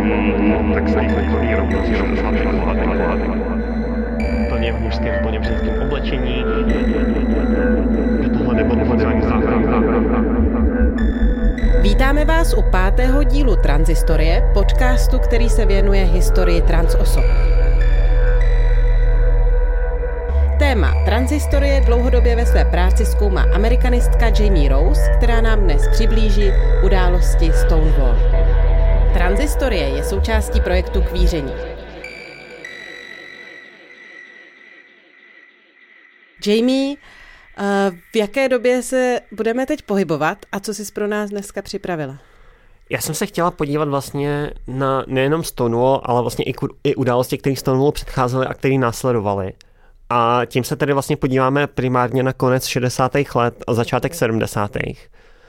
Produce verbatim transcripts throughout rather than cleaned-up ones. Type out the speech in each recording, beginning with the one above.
Plně v mužském, plně v ženském oblečení. Tohle nebyl oficiální zákon. Vítáme vás u pátého dílu Transhistorie, podcastu, který se věnuje historii transosob. Téma transhistorie dlouhodobě ve své práci zkoumá amerikanistka Jamie Rose, která nám dnes přiblíží události Stonewall. Transhistorie je součástí projektu Kvíření. Jamie, v jaké době se budeme teď pohybovat a co jsi pro nás dneska připravila? Já jsem se chtěla podívat vlastně na nejenom Stonewall, ale vlastně i, i události, které Stonewall předcházely a které následovaly. A tím se tedy vlastně podíváme primárně na konec šedesátých let a začátek sedmdesátých.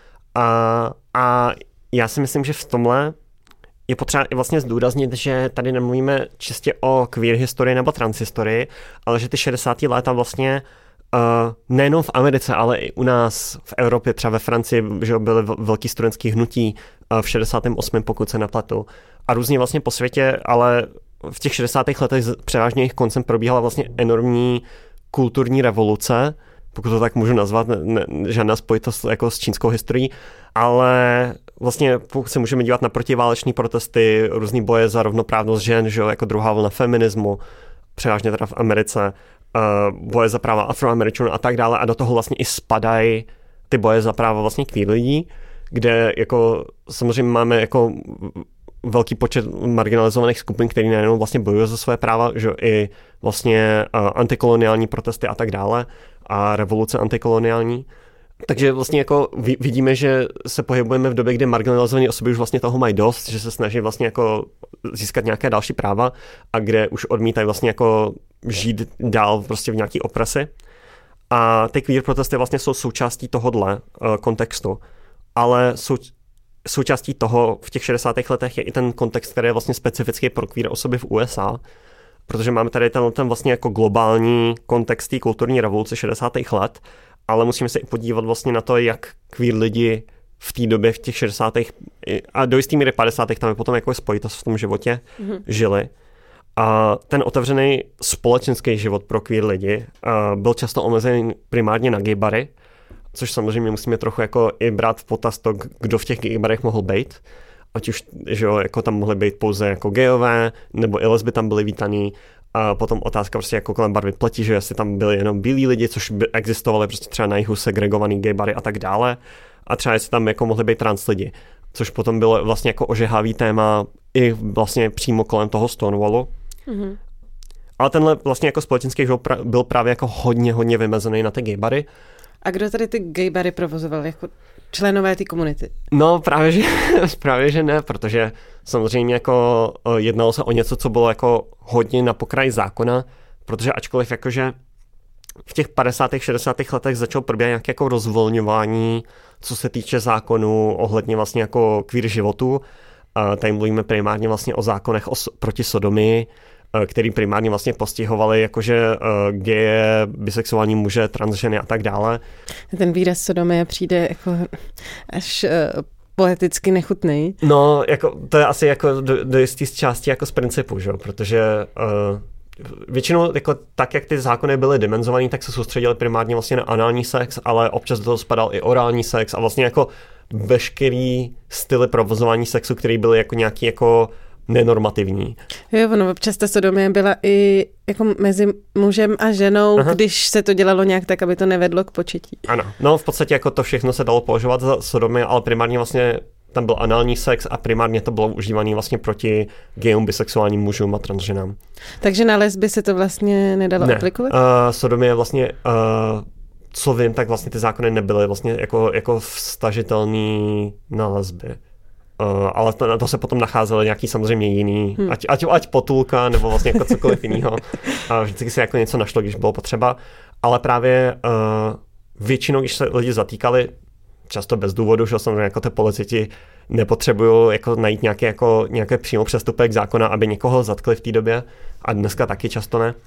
A, a já si myslím, že v tomhle je potřeba i vlastně zdůraznit, že tady nemluvíme čistě o queer historii nebo transhistorii, ale že ty šedesátá léta vlastně uh, nejenom v Americe, ale i u nás v Evropě, třeba ve Francii, že byly velký studentský hnutí uh, v šedesátém osmém pokud se nepletu. A různě vlastně po světě, ale v těch šedesátých letech převážně jejich koncem probíhala vlastně enormní kulturní revoluce, pokud to tak můžu nazvat, ne, ne, žádná spojitost jako s čínskou historií, ale vlastně pokud se můžeme dívat na protiváleční protesty, různý boje za rovnoprávnost žen, že jo, jako druhá vlna feminismu, převážně teda v Americe, uh, boje za práva Afroameričanů a tak dále, a do toho vlastně i spadají ty boje za práva vlastně queer lidí, kde jako samozřejmě máme jako velký počet marginalizovaných skupin, který nejenom vlastně bojují za své práva, že i vlastně uh, antikoloniální protesty a tak dále a revoluce antikoloniální. Takže vlastně jako vidíme, že se pohybujeme v době, kdy marginalizované osoby už vlastně toho mají dost, že se snaží vlastně jako získat nějaké další práva a kde už odmítají vlastně jako žít dál prostě v nějaký opresi. A ty queer protesty vlastně jsou součástí tohodle uh, kontextu, ale jsou součástí toho v těch šedesátých letech je i ten kontext, který je vlastně specifický pro queer osoby v U S A, protože máme tady ten, ten vlastně jako globální kontext té kulturní revoluce šedesátých let, ale musíme se i podívat vlastně na to, jak queer lidi v té době, v těch šedesátých a do jistý míry padesátých tam je potom jako spojitost v tom životě mm-hmm. žili. A ten otevřený společenský život pro queer lidi byl často omezený primárně na gay bary, což samozřejmě musíme trochu jako i brát v potaz to, kdo v těch gay barech mohl být. Ať už, že jo, jako tam mohly být pouze jako gayové, nebo i lesby tam byly vítaný. A potom otázka prostě jako kolem barvy pleti, že jestli tam byli jenom bílí lidi, což by existovaly prostě třeba na jihu segregovaný gay bary a tak dále. A třeba jestli tam jako mohly být trans lidi, což potom bylo vlastně jako ožehavý téma i vlastně přímo kolem toho Stonewallu. Mm-hmm. Ale tenhle vlastně jako společenský život byl právě jako hodně, hodně vymezený na ty gay bary. A kdo tady ty gay bary provozoval jako členové té komunity? No právě že, právě, že ne, protože samozřejmě jako jednalo se o něco, co bylo jako hodně na pokraji zákona, protože ačkoliv jakože v těch padesátých šedesátých letech začalo probíhat nějaké jako rozvolňování, co se týče zákonů ohledně vlastně jako queer životu. A tady mluvíme primárně vlastně o zákonech o, proti sodomii, který primárně vlastně postihovali jakože uh, geje, bisexuální muže, transženy a tak dále. Ten výraz sodomie přijde jako až uh, poeticky nechutný. No, jako, to je asi jako do, do jistý části jako z principu, že? Protože uh, většinou jako tak, jak ty zákony byly dimenzovaný, tak se soustředili primárně vlastně na anální sex, ale občas do toho spadal i orální sex a vlastně jako veškerý styly provozování sexu, který byly jako nějaký jako nenormativní. Jo, ono občas ta sodomie byla i jako mezi mužem a ženou, aha, když se to dělalo nějak tak, aby to nevedlo k početí. Ano, no v podstatě jako to všechno se dalo považovat za sodomii, ale primárně vlastně tam byl anální sex a primárně to bylo užívaný vlastně proti gayům, bisexuálním mužům a transženám. Takže na lesby se to vlastně nedalo ne. aplikovat? Uh, sodomie vlastně, uh, co vím, tak vlastně ty zákony nebyly vlastně jako, jako vztažitelný na lesby. Uh, ale to, na to se potom nacházely nějaký samozřejmě jiný, hmm. ať, ať, ať potulka nebo vlastně jako cokoliv jiného. A vždycky se jako něco našlo, když bylo potřeba. Ale právě uh, většinou, když se lidi zatýkali, často bez důvodu, že samozřejmě jako ty policiti nepotřebují jako najít nějaké, jako, nějaké přímo přestupek zákona, aby někoho zatkli v té době. A dneska taky často ne.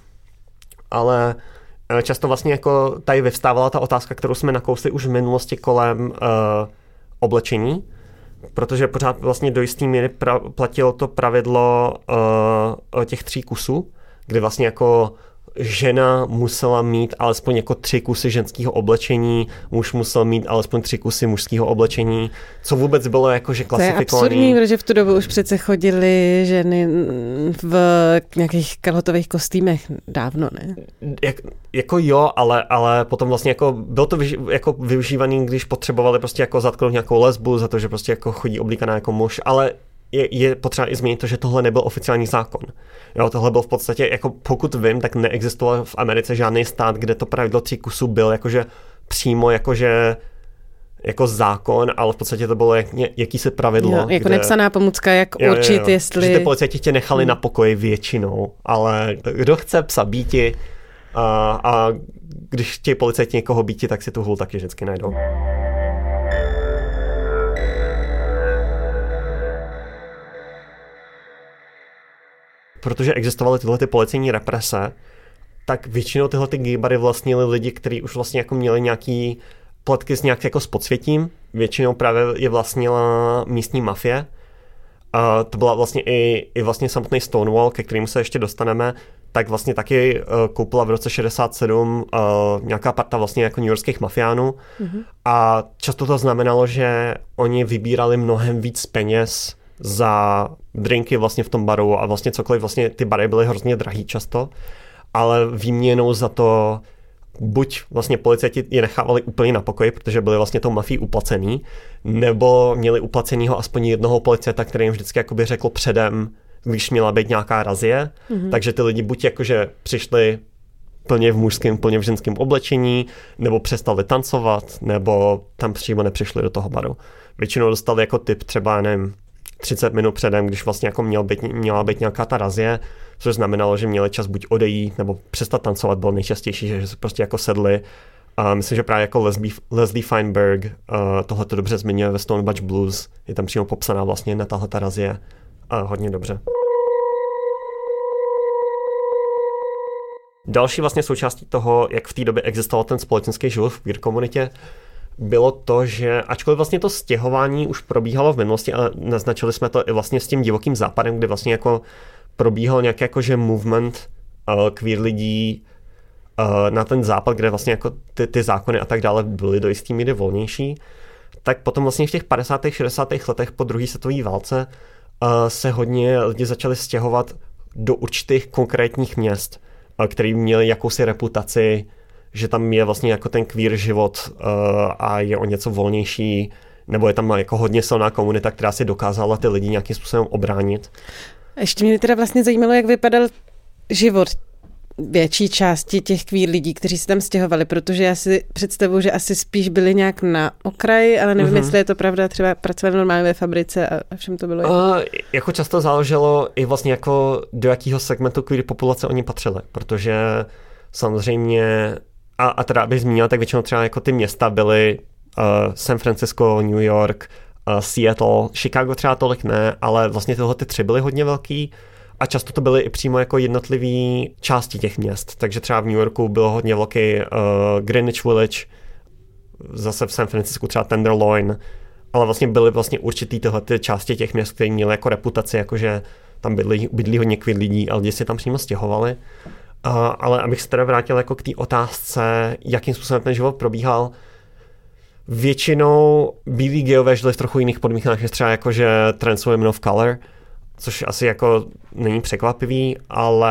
Ale uh, často vlastně jako tady vyvstávala ta otázka, kterou jsme nakousli už v minulosti kolem uh, oblečení. protože pořád vlastně do jistý míry pra- platilo to pravidlo uh, těch tří kusů, kdy vlastně jako žena musela mít alespoň jako tři kusy ženského oblečení, muž musel mít alespoň tři kusy mužského oblečení, co vůbec bylo jakože klasifikovaný. To je absurdní, protože v tu dobu už přece chodily ženy v nějakých kalhotových kostýmech dávno, ne? Jak, jako jo, ale, ale potom vlastně jako bylo to vyži, jako využívaný, když potřebovali prostě jako zatknout nějakou lesbu za to, že prostě jako chodí oblíkaná jako muž, ale Je, je potřeba i změnit to, že tohle nebyl oficiální zákon. Jo, tohle byl v podstatě, jako pokud vím, tak neexistoval v Americe žádný stát, kde to pravidlo tří kusů byl jakože přímo jakože jako zákon, ale v podstatě to bylo jak, jakýsi pravidlo. Jo, jako kde, nepsaná pomůcka, jak jo, určit, jo, jo. jestli... Že ty policajti tě nechali hmm. na pokoji většinou, ale kdo chce psa býti a, a když ti policajti někoho býti, tak si tu hůl taky vždycky najdou. Protože existovaly tyhle ty policejní represe, tak většinou tyhle ty gay bary vlastnili lidi, kteří už vlastně jako měli nějaký pletky s nějak jako s podsvětím. Většinou právě je vlastnila místní mafie. A to byla vlastně i, i vlastně samotný Stonewall, ke kterému se ještě dostaneme, tak vlastně taky uh, koupila v roce šedesát sedm uh, nějaká parta vlastně jako newyorských mafiánů. Mm-hmm. A často to znamenalo, že oni vybírali mnohem víc peněz za drinky vlastně v tom baru a vlastně cokoliv, vlastně ty bary byly hrozně drahý často, ale výměnou za to buď vlastně policajti je nechávali úplně na pokoji, protože byli vlastně tou mafií uplacený, nebo měli uplacenýho aspoň jednoho policajta, který jim vždycky jakoby řekl předem, když měla být nějaká razie, mm-hmm. takže ty lidi buď jakože přišli plně v mužském, plně v ženském oblečení, nebo přestali tancovat, nebo tam přímo nepřišli do toho baru. Většinou dostali jako tip třeba, nevím, třicet minut předem, když vlastně jako měl být, měla být nějaká ta razie, což znamenalo, že měli čas buď odejít, nebo přestat tancovat, bylo nejčastější, že se prostě jako sedli. A myslím, že právě jako Leslie, Leslie Feinberg uh, tohle to dobře zmiňuje ve Stone Batch Blues, je tam přímo popsaná vlastně na tahle ta razie a hodně dobře. Další vlastně součástí toho, jak v té době existoval ten společenský život v queer komunitě, bylo to, že ačkoliv vlastně to stěhování už probíhalo v minulosti a naznačili jsme to i vlastně s tím divokým západem, kde vlastně jako probíhal nějaký jakože movement uh, queer lidí uh, na ten západ, kde vlastně jako ty, ty zákony a tak dále byly do jistý míry volnější, tak potom vlastně v těch padesátých šedesátých letech po druhé světové válce uh, se hodně lidi začali stěhovat do určitých konkrétních měst, uh, který měli jakousi reputaci, že tam je vlastně jako ten queer život uh, a je o něco volnější, nebo je tam jako hodně silná komunita, která si dokázala ty lidi nějakým způsobem obránit. Ještě mě teda vlastně zajímalo, jak vypadal život větší části těch queer lidí, kteří se tam stěhovali, protože já si představuji, že asi spíš byli nějak na okraji, ale nevím, mm-hmm. jestli je to pravda, třeba pracovali normálně ve fabrice a všem to bylo. Uh, jako často záleželo i vlastně jako do jakého segmentu queer populace oni patřili, protože samozřejmě A, a teda, abych zmínil, tak většinou třeba jako ty města byly uh, San Francisco, New York, uh, Seattle, Chicago třeba tolik ne, ale vlastně tyhle ty tři byly hodně velký a často to byly i přímo jako jednotlivý části těch měst. Takže třeba v New Yorku bylo hodně velký uh, Greenwich Village, zase v San Francisco třeba Tenderloin, ale vlastně byly vlastně určitý tyhle ty části těch měst, které měly jako reputaci, jakože tam bydlí, bydlí hodně queer lidí a lidi si tam přímo stěhovali. Uh, ale abych se teda vrátil jako k té otázce, jakým způsobem ten život probíhal, většinou bílí gayové žili v trochu jiných podmínkách, než třeba jako, že trans women of color, což asi jako není překvapivý, ale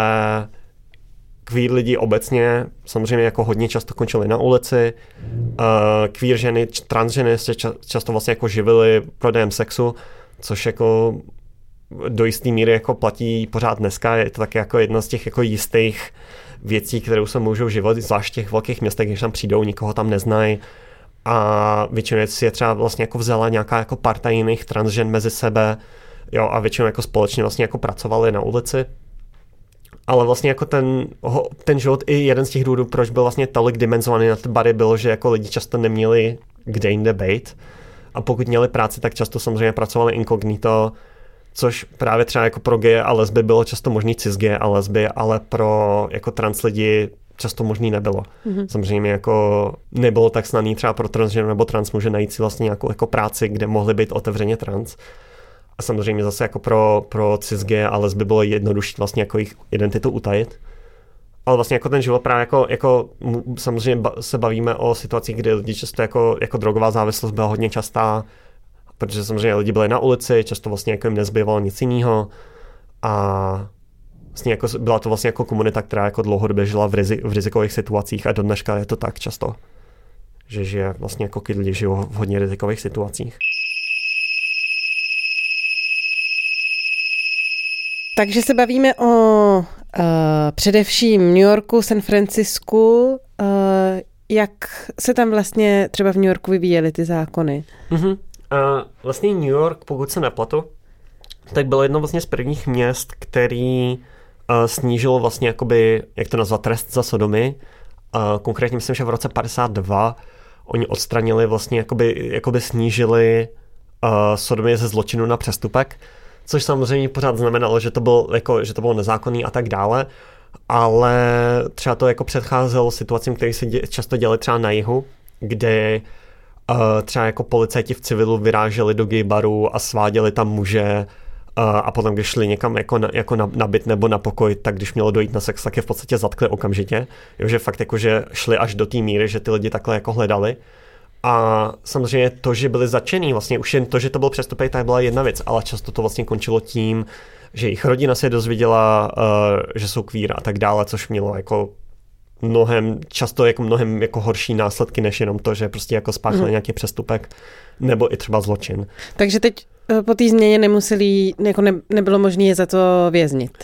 queer lidi obecně samozřejmě jako hodně často končili na ulici, uh, queer ženy, trans ženy se ča- často vlastně jako živily prodejem sexu, což jako do jisté míry jako platí pořád dneska, je to taky jako jedna z těch jako jistých věcí, kterou se můžou živit, zvlášť v těch velkých městech, když tam přijdou, nikoho tam neznají a většinou si je třeba vlastně jako vzala nějaká jako parta jiných transžen mezi sebe, jo, a většinou jako společně vlastně jako pracovali na ulici. Ale vlastně jako ten, ten život i jeden z těch důvodů, proč byl vlastně tolik dimenzovaný na ty bary, bylo, že jako lidi často neměli kde jinde bejt a pokud měli práci, tak často samozřejmě pracovali inkognito, což právě třeba jako pro geje a lesby bylo často možný cisgeje a lesby, ale pro jako trans lidi často možný nebylo. Mm-hmm. Samozřejmě jako nebylo tak snadný třeba pro transženu nebo transmuže najít si vlastně nějakou jako práci, kde mohly být otevřeně trans. A samozřejmě zase jako pro, pro cisgay a lesby bylo jednodušší vlastně jako jejich identitu utajit. Ale vlastně jako ten život právě jako, jako samozřejmě se bavíme o situacích, kdy lidi často jako, jako drogová závislost byla hodně častá, protože samozřejmě lidi byli na ulici, často vlastně jako jim nezbývalo nic jiného a vlastně jako byla to vlastně jako komunita, která jako dlouhodobě žila v, rizik, v rizikových situacích a do dneška je to tak často, že žije vlastně jako lidi žijou v hodně rizikových situacích. Takže se bavíme o uh, především New Yorku, San Francisku. Uh, jak se tam vlastně třeba v New Yorku vyvíjely ty zákony? Mm-hmm. Uh, vlastně New York, pokud se nepletu, tak bylo jedno vlastně z prvních měst, který uh, snížilo vlastně jakoby, jak to nazvat, trest za sodomy. Uh, konkrétně myslím, že v roce padesát dva oni odstranili vlastně, jakoby, jakoby snížili uh, sodomy ze zločinu na přestupek, což samozřejmě pořád znamenalo, že to bylo, jako, že to bylo nezákonný a tak dále, ale třeba to jako předcházelo situacím, které se dě, často děly třeba na jihu, kde uh, třeba jako policajti v civilu vyráželi do gay barů a sváděli tam muže uh, a potom, když šli někam jako na, jako na, na byt nebo na pokoj, tak když mělo dojít na sex, tak je v podstatě zatkli okamžitě. Jo, že fakt jako, že šli až do té míry, že ty lidi takhle jako hledali. A samozřejmě to, že byli zatčený, vlastně už jen to, že to byl přestupek, tak byla jedna věc, ale často to vlastně končilo tím, že jejich rodina se dozvěděla, uh, že jsou queer a tak dále, což mělo jako mnohem, často jako mnohem jako horší následky, než jenom to, že prostě jako spáchali mm. nějaký přestupek nebo i třeba zločin. Takže teď po té změně nemuseli, jako ne, nebylo možné je za to věznit?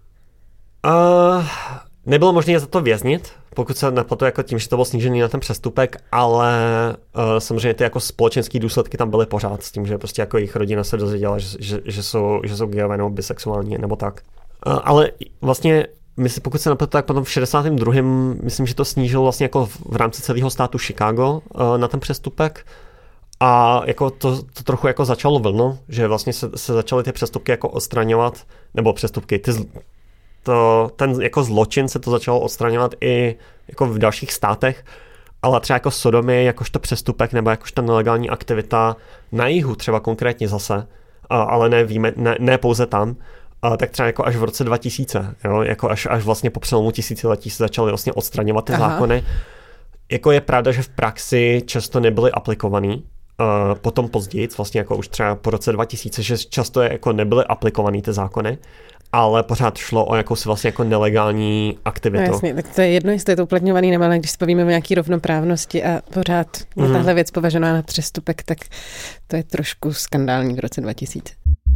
Uh, nebylo možné je za to věznit, pokud se nepletu jako tím, že to bylo snížený na ten přestupek, ale uh, samozřejmě ty jako společenské důsledky tam byly pořád s tím, že prostě jako jejich rodina se dozvěděla, že, že, že jsou, že jsou gayové nebo bisexuální nebo tak. Uh, ale vlastně myslím, pokud se nepletu, tak potom v šedesátém druhém myslím, že to snížilo vlastně jako v, v rámci celého státu Chicago uh, na ten přestupek. A jako to, to trochu jako začalo vlnu, že vlastně se, se začaly ty přestupky jako odstraňovat, nebo přestupky, ty, to, ten jako zločin se to začalo odstraňovat i jako v dalších státech, ale třeba jako sodomy, jakožto přestupek nebo jakožto nelegální aktivita na jihu třeba konkrétně zase, ale ne, víme, ne, ne pouze tam, tak třeba jako až v roce dva tisíce, jo, jako až, až vlastně po přelomu tisíciletí se začaly vlastně odstraňovat ty Aha. zákony. Jako je pravda, že v praxi často nebyly aplikovaný, Uh, potom později, vlastně jako už třeba po roce dva tisíce, že často je jako nebyly aplikovaný ty zákony, ale pořád šlo o jakousi vlastně jako nelegální aktivitu. No jasně, tak to je jedno, jestli je to uplatňovaný nebo ne, když se bavíme o nějaký rovnoprávnosti a pořád je mm. tahle věc považovaná na přestupek, tak to je trošku skandální v roce dva tisíce.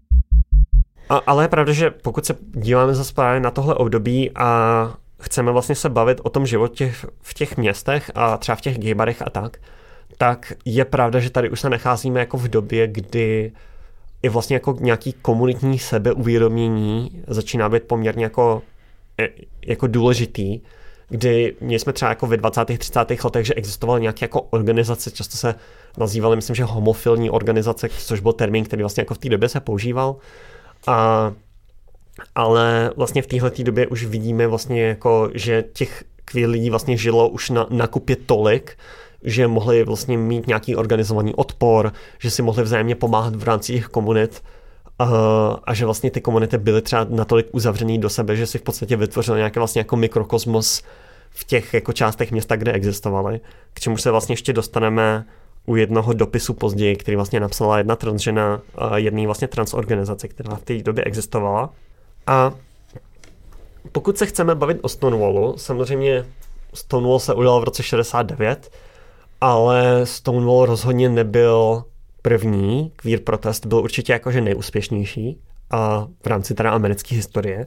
A, ale je pravda, že pokud se díváme zase právě na tohle období a chceme vlastně se bavit o tom životě v těch městech a třeba v těch gaybarech a tak, tak je pravda, že tady už se nacházíme jako v době, kdy i vlastně jako nějaký komunitní sebeuvědomění začíná být poměrně jako, jako důležitý, kdy my jsme třeba jako ve dvacátých třicátých letech, že existovaly nějaké jako organizace, často se nazývaly, myslím, že homofilní organizace, což byl termín, který vlastně jako v té době se používal. A, ale vlastně v téhleté době už vidíme vlastně jako, že těch queer lidí vlastně žilo už na, na kupě tolik, že mohli vlastně mít nějaký organizovaný odpor, že si mohli vzájemně pomáhat v rámci jejich komunit uh, a že vlastně ty komunity byly třeba natolik uzavřený do sebe, že si v podstatě vytvořili nějaký vlastně jako mikrokosmos v těch jako částech města, kde existovaly, k čemu se vlastně ještě dostaneme u jednoho dopisu později, který vlastně napsala jedna transžena uh, jedné vlastně transorganizace, která v té době existovala. A pokud se chceme bavit o Stonewallu, samozřejmě Stonewall se udělal v roce šedesát devět, ale Stonewall rozhodně nebyl první queer protest, byl určitě jakože nejúspěšnější a v rámci teda americké historie,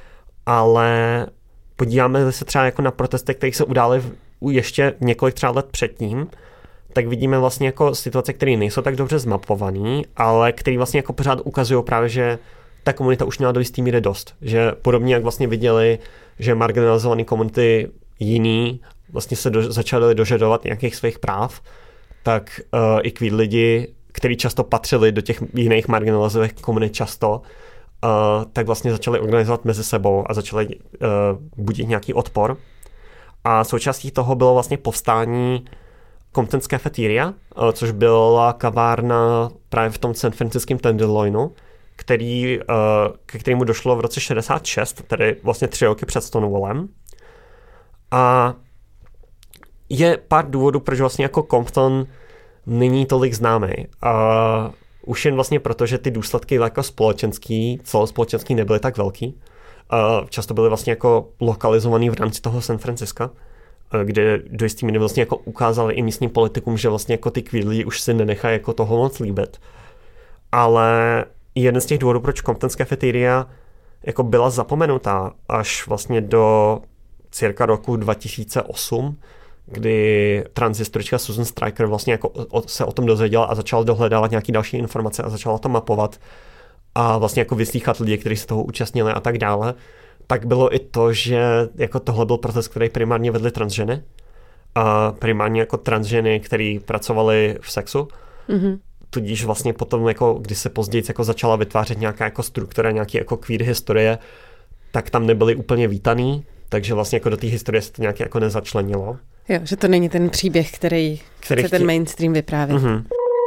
ale podíváme se třeba jako na protesty, které se udály ještě několik třeba let předtím, tak vidíme vlastně jako situace, které nejsou tak dobře zmapované, ale které vlastně jako pořád ukazují právě, že ta komunita už měla do jistý míry dost, že podobně jak vlastně viděli, že marginalizované komunity jiný vlastně se do, začali dožadovat nějakých svých práv, tak uh, i queer lidi, kteří často patřili do těch jiných marginalizovaných komunit často, uh, tak vlastně začali organizovat mezi sebou a začali uh, budit nějaký odpor. A součástí toho bylo vlastně povstání Compton's Cafeteria, což byla kavárna právě v tom San Franciskem Tenderloinu, který, ke kterému došlo v roce šedesát šest, tedy vlastně tři roky před Stonewallem. A je pár důvodů, proč vlastně jako Compton není tolik známý. A už jen vlastně proto, že ty důsledky jako společenský, celospolečenský nebyly tak velký. A často byly vlastně jako lokalizovaný v rámci toho San Francisca, kde do jistý míry vlastně jako ukázali i místním politikům, že vlastně jako ty queer lidi už si nenechají jako toho moc líbit. Ale jeden z těch důvodů, proč Compton's Cafeteria jako byla zapomenutá až vlastně do cirka roku dva tisíce osm, kdy transhistorička Susan Stryker vlastně jako se o tom dozvěděla a začala dohledávat nějaké další informace a začala to mapovat a vlastně jako vyslýchat lidi, kteří se toho účastnili a tak dále, tak bylo i to, že jako tohle byl proces, který primárně vedly transženy a primárně jako transženy, který pracovali v sexu. Mm-hmm. Tudíž vlastně potom, jako, když se později jako začala vytvářet nějaká jako struktura, nějaký jako queer historie, tak tam nebyly úplně vítaný, takže vlastně jako do té historie se to nějak jako nezačlenilo. Jo, že to není ten příběh, který, který chce chtě... ten mainstream vyprávět. Mm-hmm.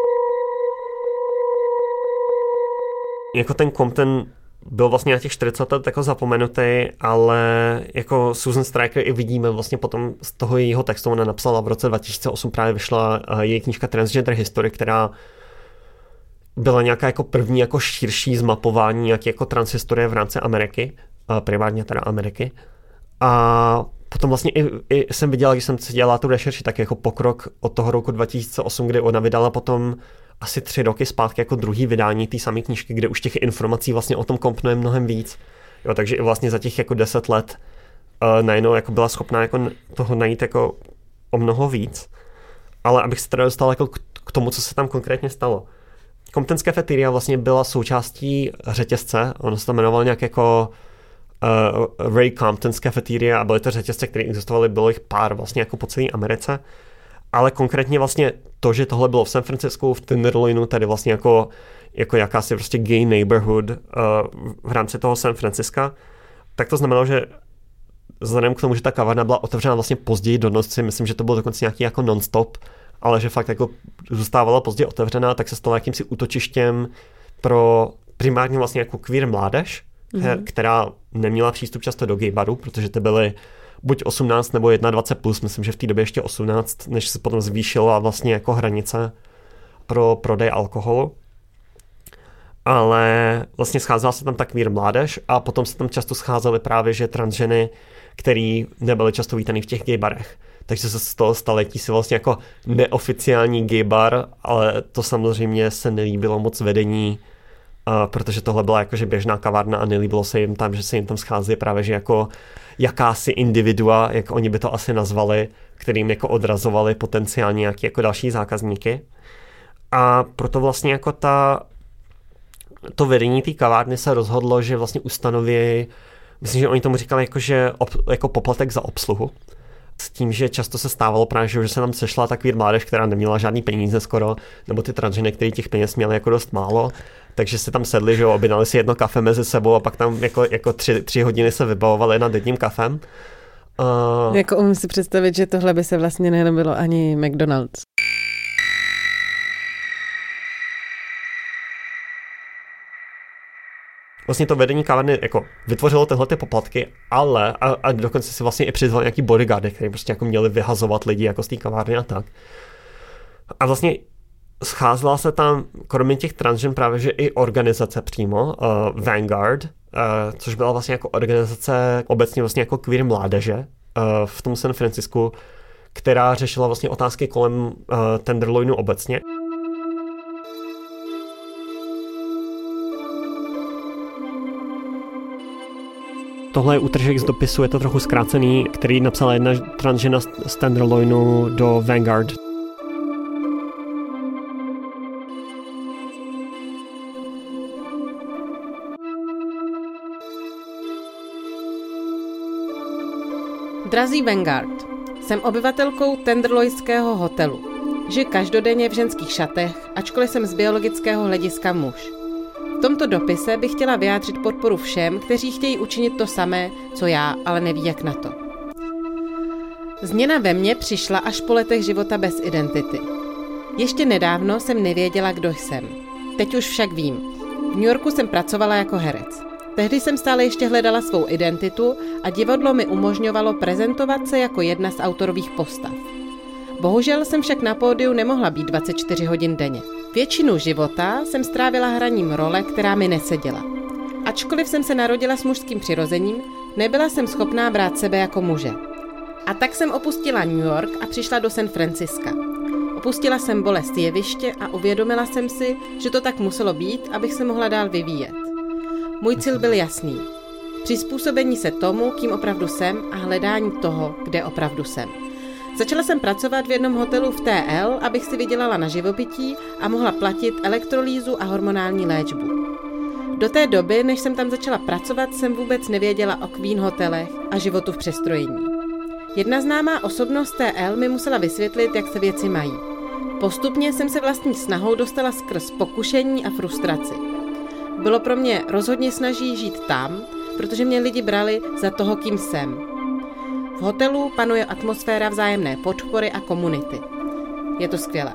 Jako ten Compton byl vlastně na těch čtyřicet let jako zapomenutý, ale jako Susan Stryker i vidíme vlastně potom z toho jejího textu, ona napsala v roce dva tisíce osm, právě vyšla její knížka Transgender History, která byla nějaká jako první jako širší zmapování nějaké jako transhistorie v rámci Ameriky, primárně teda Ameriky. A potom vlastně i, i jsem viděla, když jsem si dělala tu rešerši, tak jako pokrok od toho roku dva tisíce osm, kdy ona vydala potom asi tři roky zpátky jako druhý vydání té samé knížky, kde už těch informací vlastně o tom Comptonu je mnohem víc. Jo, takže i vlastně za těch jako deset let uh, najednou jako byla schopná jako toho najít jako o mnoho víc. Ale abych se teda dostal jako k tomu, co se tam konkrétně stalo. Compton's Cafeteria vlastně byla součástí řetězce, ono se to jmenovalo nějak jako uh, Ray Compton's Cafeteria a byly to řetězce, které existovaly, bylo jich pár vlastně jako po celé Americe. Ale konkrétně vlastně to, že tohle bylo v San Francisku, v Tenderloinu, tady vlastně jako, jako jakási prostě gay neighborhood uh, v rámci toho San Francisca, tak to znamenalo, že vzhledem k tomu, že ta kavárna byla otevřena vlastně později do noci, myslím, že to bylo dokonce nějaký jako non-stop, ale že fakt jako zůstávala později otevřená, tak se stalo jakýmsi útočištěm pro primárně vlastně jako queer mládež, mm-hmm. která neměla přístup často do gay baru, protože ty byly buď osmnáct nebo dvacet jedna plus, myslím, že v té době ještě osmnáct, než se potom zvýšila vlastně jako hranice pro prodej alkoholu. Ale vlastně scházela se tam ta queer mládež a potom se tam často scházely právě, že transženy, který nebyly často vítaný v těch gay barech. Takže se z toho stal jakýsi vlastně jako neoficiální gay bar, ale to samozřejmě se nelíbilo moc vedení, Uh, protože tohle byla jakože běžná kavárna a nelíbilo se jim tam, že se jim tam schází právě, že jako jakási individua, jak oni by to asi nazvali, kterým jako odrazovali potenciálně nějaké jako další zákazníky. A proto vlastně jako ta to vedení té kavárny se rozhodlo, že vlastně ustanoví, myslím, že oni tomu říkali jako, že ob, jako poplatek za obsluhu. S tím, že často se stávalo právě, že se tam sešla ta queer mládež, která neměla žádný peníze skoro, nebo ty transženy, který těch peněz měly jako dost málo, takže se tam sedli, že objednali si jedno kafe mezi sebou a pak tam jako, jako tři, tři hodiny se vybavovali nad jedním kafem. Uh... Jako umím si představit, že tohle by se vlastně nehnobilo ani McDonald's. Vlastně to vedení kavárny jako vytvořilo tyhle ty poplatky, ale a, a dokonce si vlastně i přizval nějaký bodyguardy, kteří prostě jako měli vyhazovat lidi jako z té kavárny a tak. A vlastně scházela se tam, kromě těch transžen, právě že i organizace přímo, uh, Vanguard, uh, což byla vlastně jako organizace obecně vlastně jako queer mládeže uh, v tom San Francisku, která řešila vlastně otázky kolem uh, Tenderloinu obecně. Tohle je útržek z dopisu, je to trochu zkrácený, který napsala jedna transžena z Tenderloinu do Vanguard. Drazí Vanguard, jsem obyvatelkou Tenderloinského hotelu. Žiju každodenně v ženských šatech, ačkoliv jsem z biologického hlediska muž. V tomto dopise bych chtěla vyjádřit podporu všem, kteří chtějí učinit to samé, co já, ale neví jak na to. Změna ve mně přišla až po letech života bez identity. Ještě nedávno jsem nevěděla, kdo jsem. Teď už však vím. V New Yorku jsem pracovala jako herec. Tehdy jsem stále ještě hledala svou identitu a divadlo mi umožňovalo prezentovat se jako jedna z autorových postav. Bohužel jsem však na pódiu nemohla být dvacet čtyři hodin denně. Většinu života jsem strávila hraním role, která mi neseděla. Ačkoliv jsem se narodila s mužským přirozením, nebyla jsem schopná brát sebe jako muže. A tak jsem opustila New York a přišla do San Francisca. Opustila jsem bolest jeviště a uvědomila jsem si, že to tak muselo být, abych se mohla dál vyvíjet. Můj cíl byl jasný. Přizpůsobení se tomu, kým opravdu jsem a hledání toho, kde opravdu jsem. Začala jsem pracovat v jednom hotelu v T L, abych si vydělala na živobytí a mohla platit elektrolýzu a hormonální léčbu. Do té doby, než jsem tam začala pracovat, jsem vůbec nevěděla o Queen hotelech a životu v přestrojení. Jedna známá osobnost T L mi musela vysvětlit, jak se věci mají. Postupně jsem se vlastní snahou dostala skrz pokušení a frustraci. Bylo pro mě rozhodně snaží žít tam, protože mě lidi brali za toho, kým jsem. V hotelu panuje atmosféra vzájemné podpory a komunity. Je to skvělé.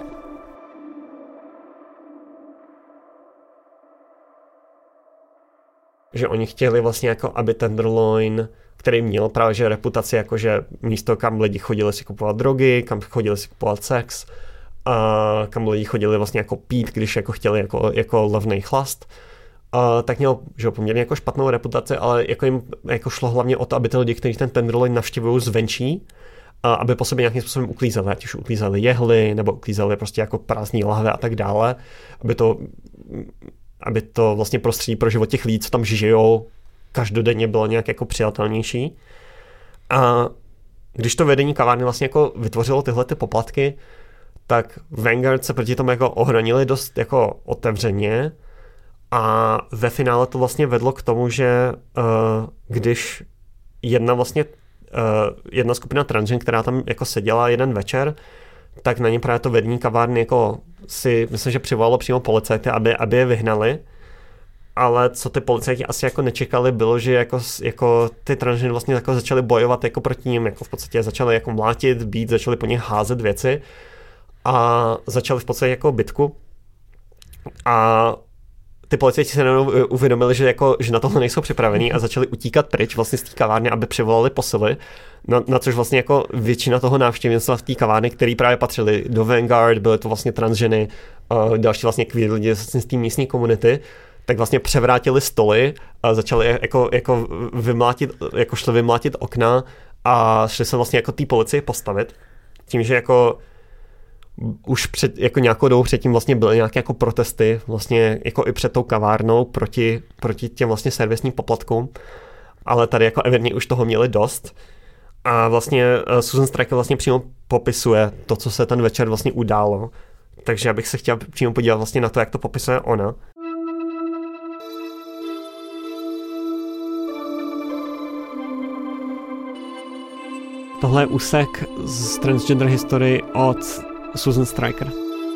Že oni chtěli vlastně jako, aby Tenderloin, který měl právě že reputaci, jako že místo, kam lidi chodili si kupovat drogy, kam chodili si kupovat sex, a kam lidi chodili vlastně jako pít, když jako chtěli jako, jako levnej chlast, a tak měl že poměrně jako špatnou reputaci, ale jako jim jako šlo hlavně o to, aby ty lidi, kteří ten Tenderloin navštěvují zvenčí, a aby po sobě nějakým způsobem uklízeli, ať už uklízeli jehly, nebo uklízeli prostě jako prázdný lahve a tak dále, aby to aby to vlastně prostředí pro život těch lidí, co tam žijou, každodenně bylo nějak jako přijatelnější. A když to vedení kavárny vlastně jako vytvořilo tyhle ty poplatky, tak Vanguard se proti tomu jako ohranili dost jako otevřeně a ve finále to vlastně vedlo k tomu, že uh, když jedna vlastně uh, jedna skupina transžen, která tam jako seděla jeden večer, tak na ně právě to vedení kavárny jako si, myslím, že přivolalo přímo policajty, aby, aby je vyhnali, ale co ty policajti asi jako nečekali, bylo, že jako, jako ty transženy vlastně jako začali bojovat jako proti ním, jako v podstatě začali jako mlátit, být, začali po nich házet věci a začali v podstatě jako bitku a ty policajti se najednou uvědomili, že, jako, že na tohle nejsou připravení a začali utíkat pryč vlastně z té kavárny, aby přivolali posily, na, na což vlastně jako většina toho návštěvnictva v té kavárny, který právě patřili do Vanguard, byly to vlastně transženy, uh, další vlastně queer lidi z té místní komunity, tak vlastně převrátili stoly a začali jako, jako vymlátit, jako šli vymlátit okna a šli se vlastně jako té policii postavit, tím, že jako už před, jako nějakou dobu předtím vlastně byly nějaké jako protesty vlastně jako i před tou kavárnou proti, proti těm vlastně servisním poplatkům, ale tady jako evidentně už toho měli dost a vlastně Susan Stryker vlastně přímo popisuje to, co se ten večer vlastně událo, takže já bych se chtěl přímo podívat vlastně na to, jak to popisuje ona. Tohle je úsek z Transgender History od Susan Stryker.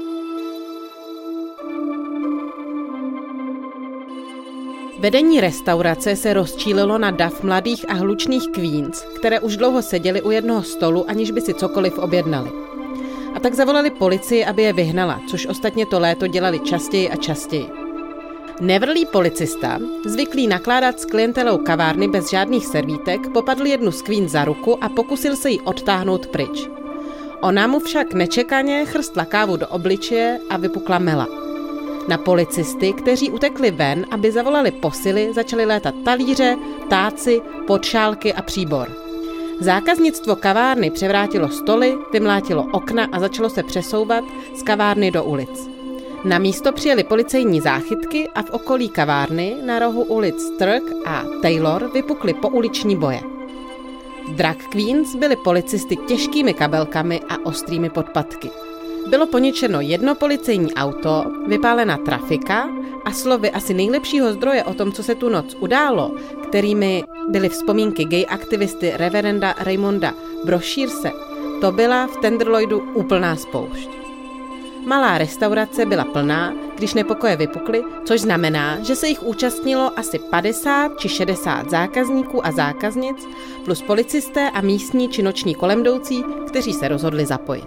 Vedení restaurace se rozčílilo na dav mladých a hlučných queens, které už dlouho seděly u jednoho stolu, aniž by si cokoliv objednali. A tak zavolali policii, aby je vyhnala, což ostatně to léto dělali častěji a častěji. Nevrlý policista, zvyklý nakládat s klientelou kavárny bez žádných servítek, popadl jednu z queen za ruku a pokusil se jí odtáhnout pryč. Ona mu však nečekaně chrstla kávu do obličeje a vypukla mela. Na policisty, kteří utekli ven, aby zavolali posily, začaly létat talíře, táci, podšálky a příbor. Zákaznictvo kavárny převrátilo stoly, vymlátilo okna a začalo se přesouvat z kavárny do ulic. Na místo přijeli policejní záchytky a v okolí kavárny na rohu ulic Turk a Taylor vypukly pouliční boje. Drag queens byly policisty těžkými kabelkami a ostrými podpatky. Bylo poničeno jedno policejní auto, vypálena trafika a slovy asi nejlepšího zdroje o tom, co se tu noc událo, kterými byly vzpomínky gay aktivisty reverenda Raymonda Brashearse, to byla v Tenderloinu úplná spoušť. malá restaurace byla plná, když nepokoje vypukly, což znamená, že se jich účastnilo asi padesát či šedesát zákazníků a zákaznic, plus policisté a místní či noční kolemjdoucí, kteří se rozhodli zapojit.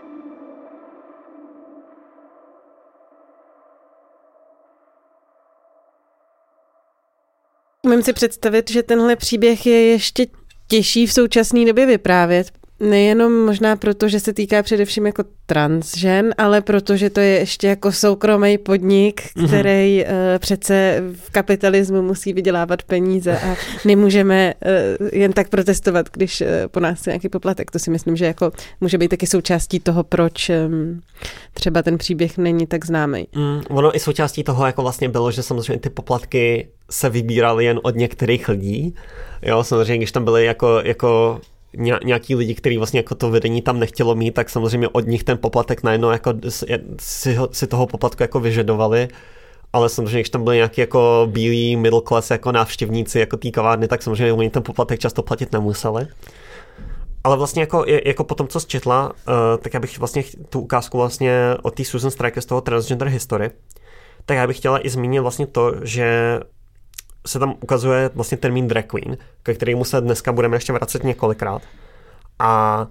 Můžu si představit, že tenhle příběh je ještě těžší v současné době vyprávět. Nejenom možná proto, že se týká především jako transžen, ale protože to je ještě jako soukromý podnik, který mm-hmm. uh, přece v kapitalismu musí vydělávat peníze a nemůžeme uh, jen tak protestovat, když uh, po nás je nějaký poplatek. To si myslím, že jako může být taky součástí toho, proč um, třeba ten příběh není tak známý. Mm, ono i součástí toho jako vlastně bylo, že samozřejmě ty poplatky se vybíraly jen od některých lidí. Jo, samozřejmě, když tam byly jako, jako nějaký lidi, kteří vlastně jako to vedení tam nechtělo mít, tak samozřejmě od nich ten poplatek najednou jako si, si toho poplatku jako vyžadovali, ale samozřejmě, když tam byli nějaký jako bílí middle class jako návštěvníci jako té kavárny, tak samozřejmě oni ten poplatek často platit nemuseli. Ale vlastně jako, jako po tom, co jsi četla, uh, tak já bych vlastně tu ukázku vlastně od té Susan Stryker z toho Transgender History, tak já bych chtěla i zmínit vlastně to, že se tam ukazuje vlastně termín drag queen, ke kterému se dneska budeme ještě vracet několikrát. A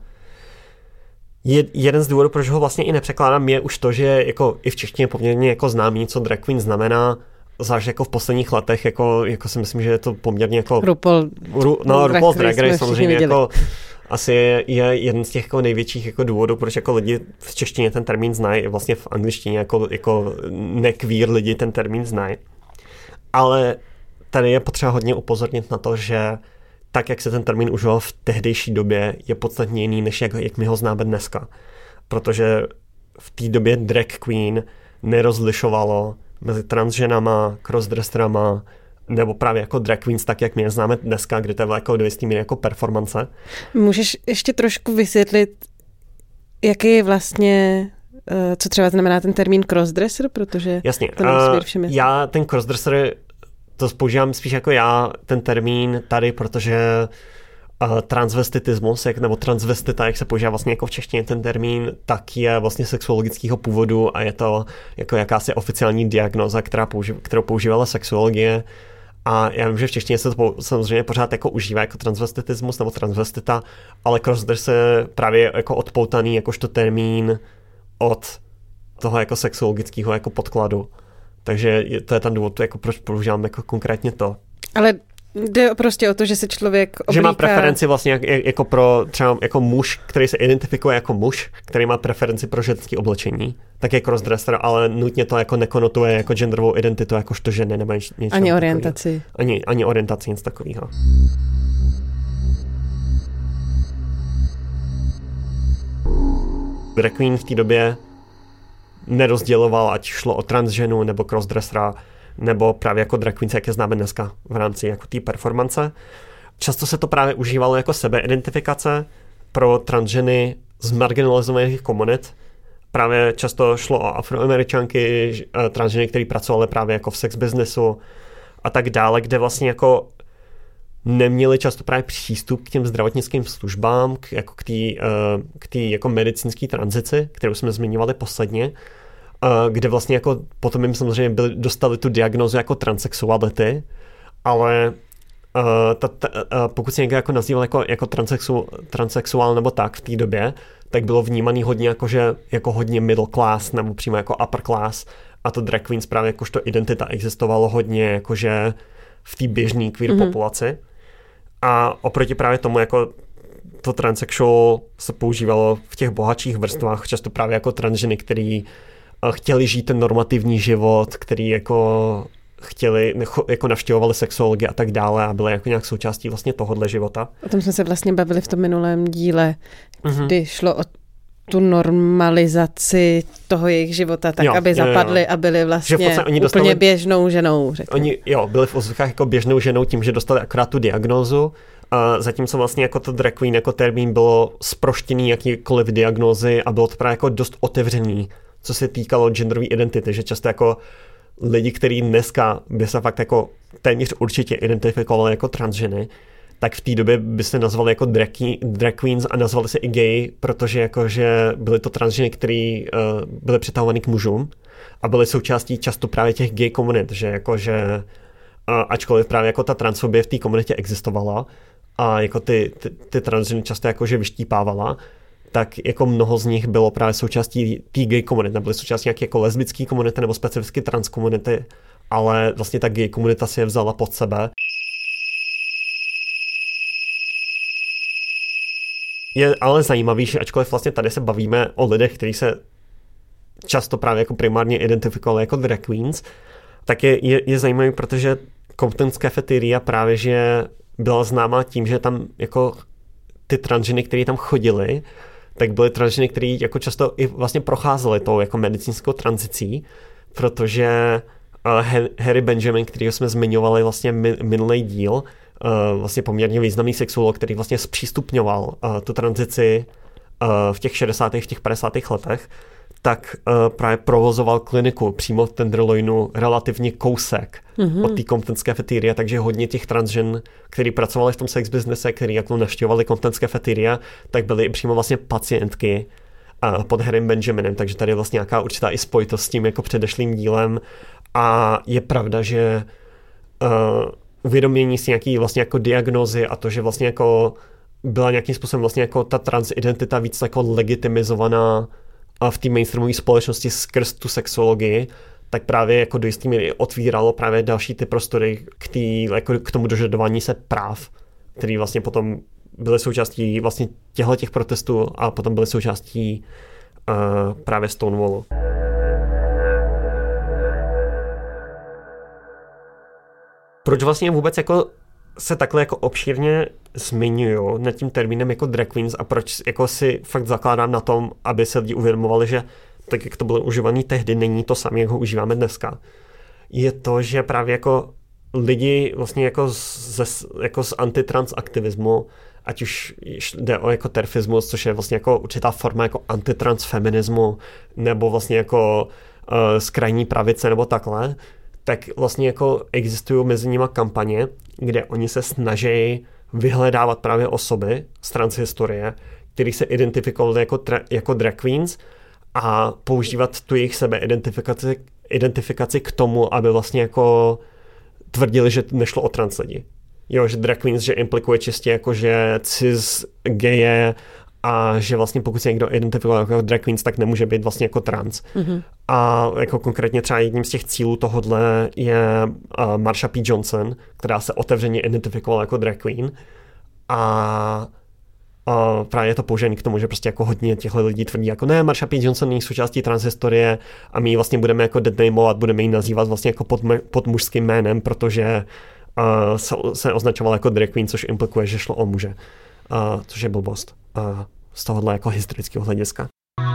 je, jeden z důvodů, proč ho vlastně i nepřekládám, je už to, že jako i v češtině poměrně jako známý, co drag queen znamená, zvlášť jako v posledních letech, jako, jako si myslím, že je to poměrně jako RuPaul, Ru, no, RuPaul's Drag Race samozřejmě jako asi je, je jeden z těch jako největších jako důvodů, proč jako lidi v češtině ten termín znají, vlastně v angličtině jako, jako nekvír lidi ten termín znají. Ale tady je potřeba hodně upozornit na to, že tak, jak se ten termín užíval v tehdejší době, je podstatně jiný, než jak, jak my ho známe dneska. Protože v té době drag queen nerozlišovalo mezi transženama, crossdresserama, nebo právě jako drag queens, tak jak my je známe dneska, kdy to je jako do jistý míry jako performance. Můžeš ještě trošku vysvětlit, jaký je vlastně, co třeba znamená ten termín crossdresser, protože jasně, to nemusí být všem jasný. Já ten crossdresser to používám spíš jako já ten termín tady, protože uh, transvestitismus, jak, nebo transvestita, jak se používá vlastně jako v češtině ten termín, tak je vlastně sexuologického původu a je to jako jakási oficiální diagnóza, která použi- kterou používala sexuologie. A já vím, že v češtině se to samozřejmě pořád jako užívá jako transvestitismus nebo transvestita, ale crossdresser je právě jako odpoutaný jakožto termín od toho jako sexuologického jako podkladu. Takže to je ten důvod, jako proč používám jako konkrétně to. Ale jde prostě o to, že se člověk oblíká... Že má preferenci vlastně jak, jako pro třeba jako muž, který se identifikuje jako muž, který má preferenci pro ženské oblečení, tak je crossdresser, ale nutně to jako nekonotuje jako genderovou identitu, jakožto ženy nebo něč, něčeho ani orientaci. Ani, ani orientaci, nic takového. Drag queen v té době nerozděloval, ať šlo o transženu nebo crossdressera, nebo právě jako drag queens, jak je známe dneska v rámci jako té performance. Často se to právě užívalo jako sebeidentifikace pro transženy z marginalizovaných komunit. Právě často šlo o afroameričanky, transženy, které pracovaly právě jako v sex businessu a tak dále, kde vlastně jako neměli často právě přístup k těm zdravotnickým službám, k, jako k té k té jako medicínské tranzici, kterou jsme zmiňovali posledně, kde vlastně jako potom jim samozřejmě byli, dostali tu diagnózu jako transsexuality, ale ta, ta, pokud se někdo jako nazýval jako, jako transsexu, transsexuál nebo tak v té době, tak bylo vnímaný hodně jako, že, jako hodně middle class nebo přímo jako upper class a to drag queens právě jakožto identita existovalo hodně jakože v té běžné queer mm-hmm. populaci. A oproti právě tomu jako to transsexual se používalo v těch bohatších vrstvách, často právě jako transženy, který chtěli žít ten normativní život, který jako chtěli, jako navštěvovali sexuology a tak dále a byly jako nějak součástí vlastně tohohle života. O tom jsme se vlastně bavili v tom minulém díle, mm-hmm. kdy šlo o tu normalizaci toho jejich života, tak jo, aby zapadli jo, jo. a byli vlastně úplně dostali, běžnou ženou. Řekli. Oni jo, byli v ozvykách jako běžnou ženou tím, že dostali akorát tu diagnózu, a zatímco vlastně jako to drag queen jako termín bylo zproštěný jakýkoliv diagnózy a bylo to právě jako dost otevřený, co se týkalo genderové identity, že často jako lidi, kteří dneska by se fakt jako téměř určitě identifikovali jako transženy, tak v té době by se nazvali jako drag, drag queens a nazvali se i gay, protože jakože byly to transženy, které uh, byly přitahované k mužům a byly součástí často právě těch gay komunit, že jakože uh, ačkoliv právě jako ta transfobie v té komunitě existovala a jako ty, ty, ty transženy často jakože vyštípávala, tak jako mnoho z nich bylo právě součástí té gay komunity, nebyly součástí nějaké jako lesbické komunity nebo specificky trans komunity, ale vlastně ta gay komunita si je vzala pod sebe. Je ale zajímavý, že ačkoliv vlastně tady se bavíme o lidech, kteří se často právě jako primárně identifikovali jako drag queens, tak je, je, je zajímavý, protože Compton's Cafeteria právě že byla známá tím, že tam jako ty transženy, které tam chodily, tak byly transženy, které jako často i vlastně procházely tou jako medicínskou tranzicí, protože uh, Harry Benjamin, kterýho jsme zmiňovali vlastně minulý díl, uh, vlastně poměrně významný sexuolog, který vlastně zpřístupňoval uh, tu tranzici uh, v těch šedesátých, v těch padesátých letech, tak uh, právě provozoval kliniku přímo v Tenderloinu relativně kousek mm-hmm. od té Compton's Cafeteria, takže hodně těch transžen, který pracovali v tom sex businesse, který jako navštěvovali Compton's Cafeteria, tak byly i přímo vlastně pacientky uh, pod Harrym Benjaminem, takže tady je vlastně nějaká určitá i spojitost s tím jako předešlým dílem a je pravda, že uh, uvědomění si nějaký vlastně jako diagnózy a to, že vlastně jako byla nějakým způsobem vlastně jako ta transidentita víc jako legitimizovaná a v té mainstreamové společnosti skrz tu sexologii, tak právě jako do jistý míry otvíralo právě další ty prostory k, tý, jako k tomu dožadování se práv, které vlastně potom byly součástí vlastně těchto těch protestů a potom byly součástí uh, právě Stonewallu. Proč vlastně vůbec jako se takhle jako obšírně zmiňuju nad tím termínem jako drag queens a proč jako si fakt zakládám na tom, aby se lidi uvědomovali, že tak, jak to bylo užívané tehdy, není to samé, jak ho užíváme dneska. Je to, že právě jako lidi vlastně jako z, jako z antitrans aktivismu, ať už jde o jako terfismus, což je vlastně jako určitá forma jako antitrans feminismu, nebo vlastně jako uh, z krajní pravice nebo takhle, tak vlastně jako existují mezi nimi kampaně, kde oni se snaží vyhledávat právě osoby z transhistorie, které se identifikovali jako, tra- jako drag queens a používat tu jejich sebeidentifikaci identifikaci k tomu, aby vlastně jako tvrdili, že nešlo o trans lidi. Jo, že drag queens, že implikuje čistě jako, že cis, geje a že vlastně pokud se někdo identifikoval jako drag queens, tak nemůže být vlastně jako trans. Mm-hmm. A jako konkrétně třeba jedním z těch cílů tohodle je uh, Marsha P. Johnson, která se otevřeně identifikovala jako drag queen a uh, právě je to použený k tomu, že prostě jako hodně těchto lidí tvrdí jako ne, Marsha P. Johnson není součástí transhistorie a my ji vlastně budeme jako deadnameovat, budeme ji nazývat vlastně jako pod, pod mužským jménem, protože uh, se, se označovala jako drag queen, což implikuje, že šlo o muže. Uh, což je blbost uh, z tohohle jako historického hlediska.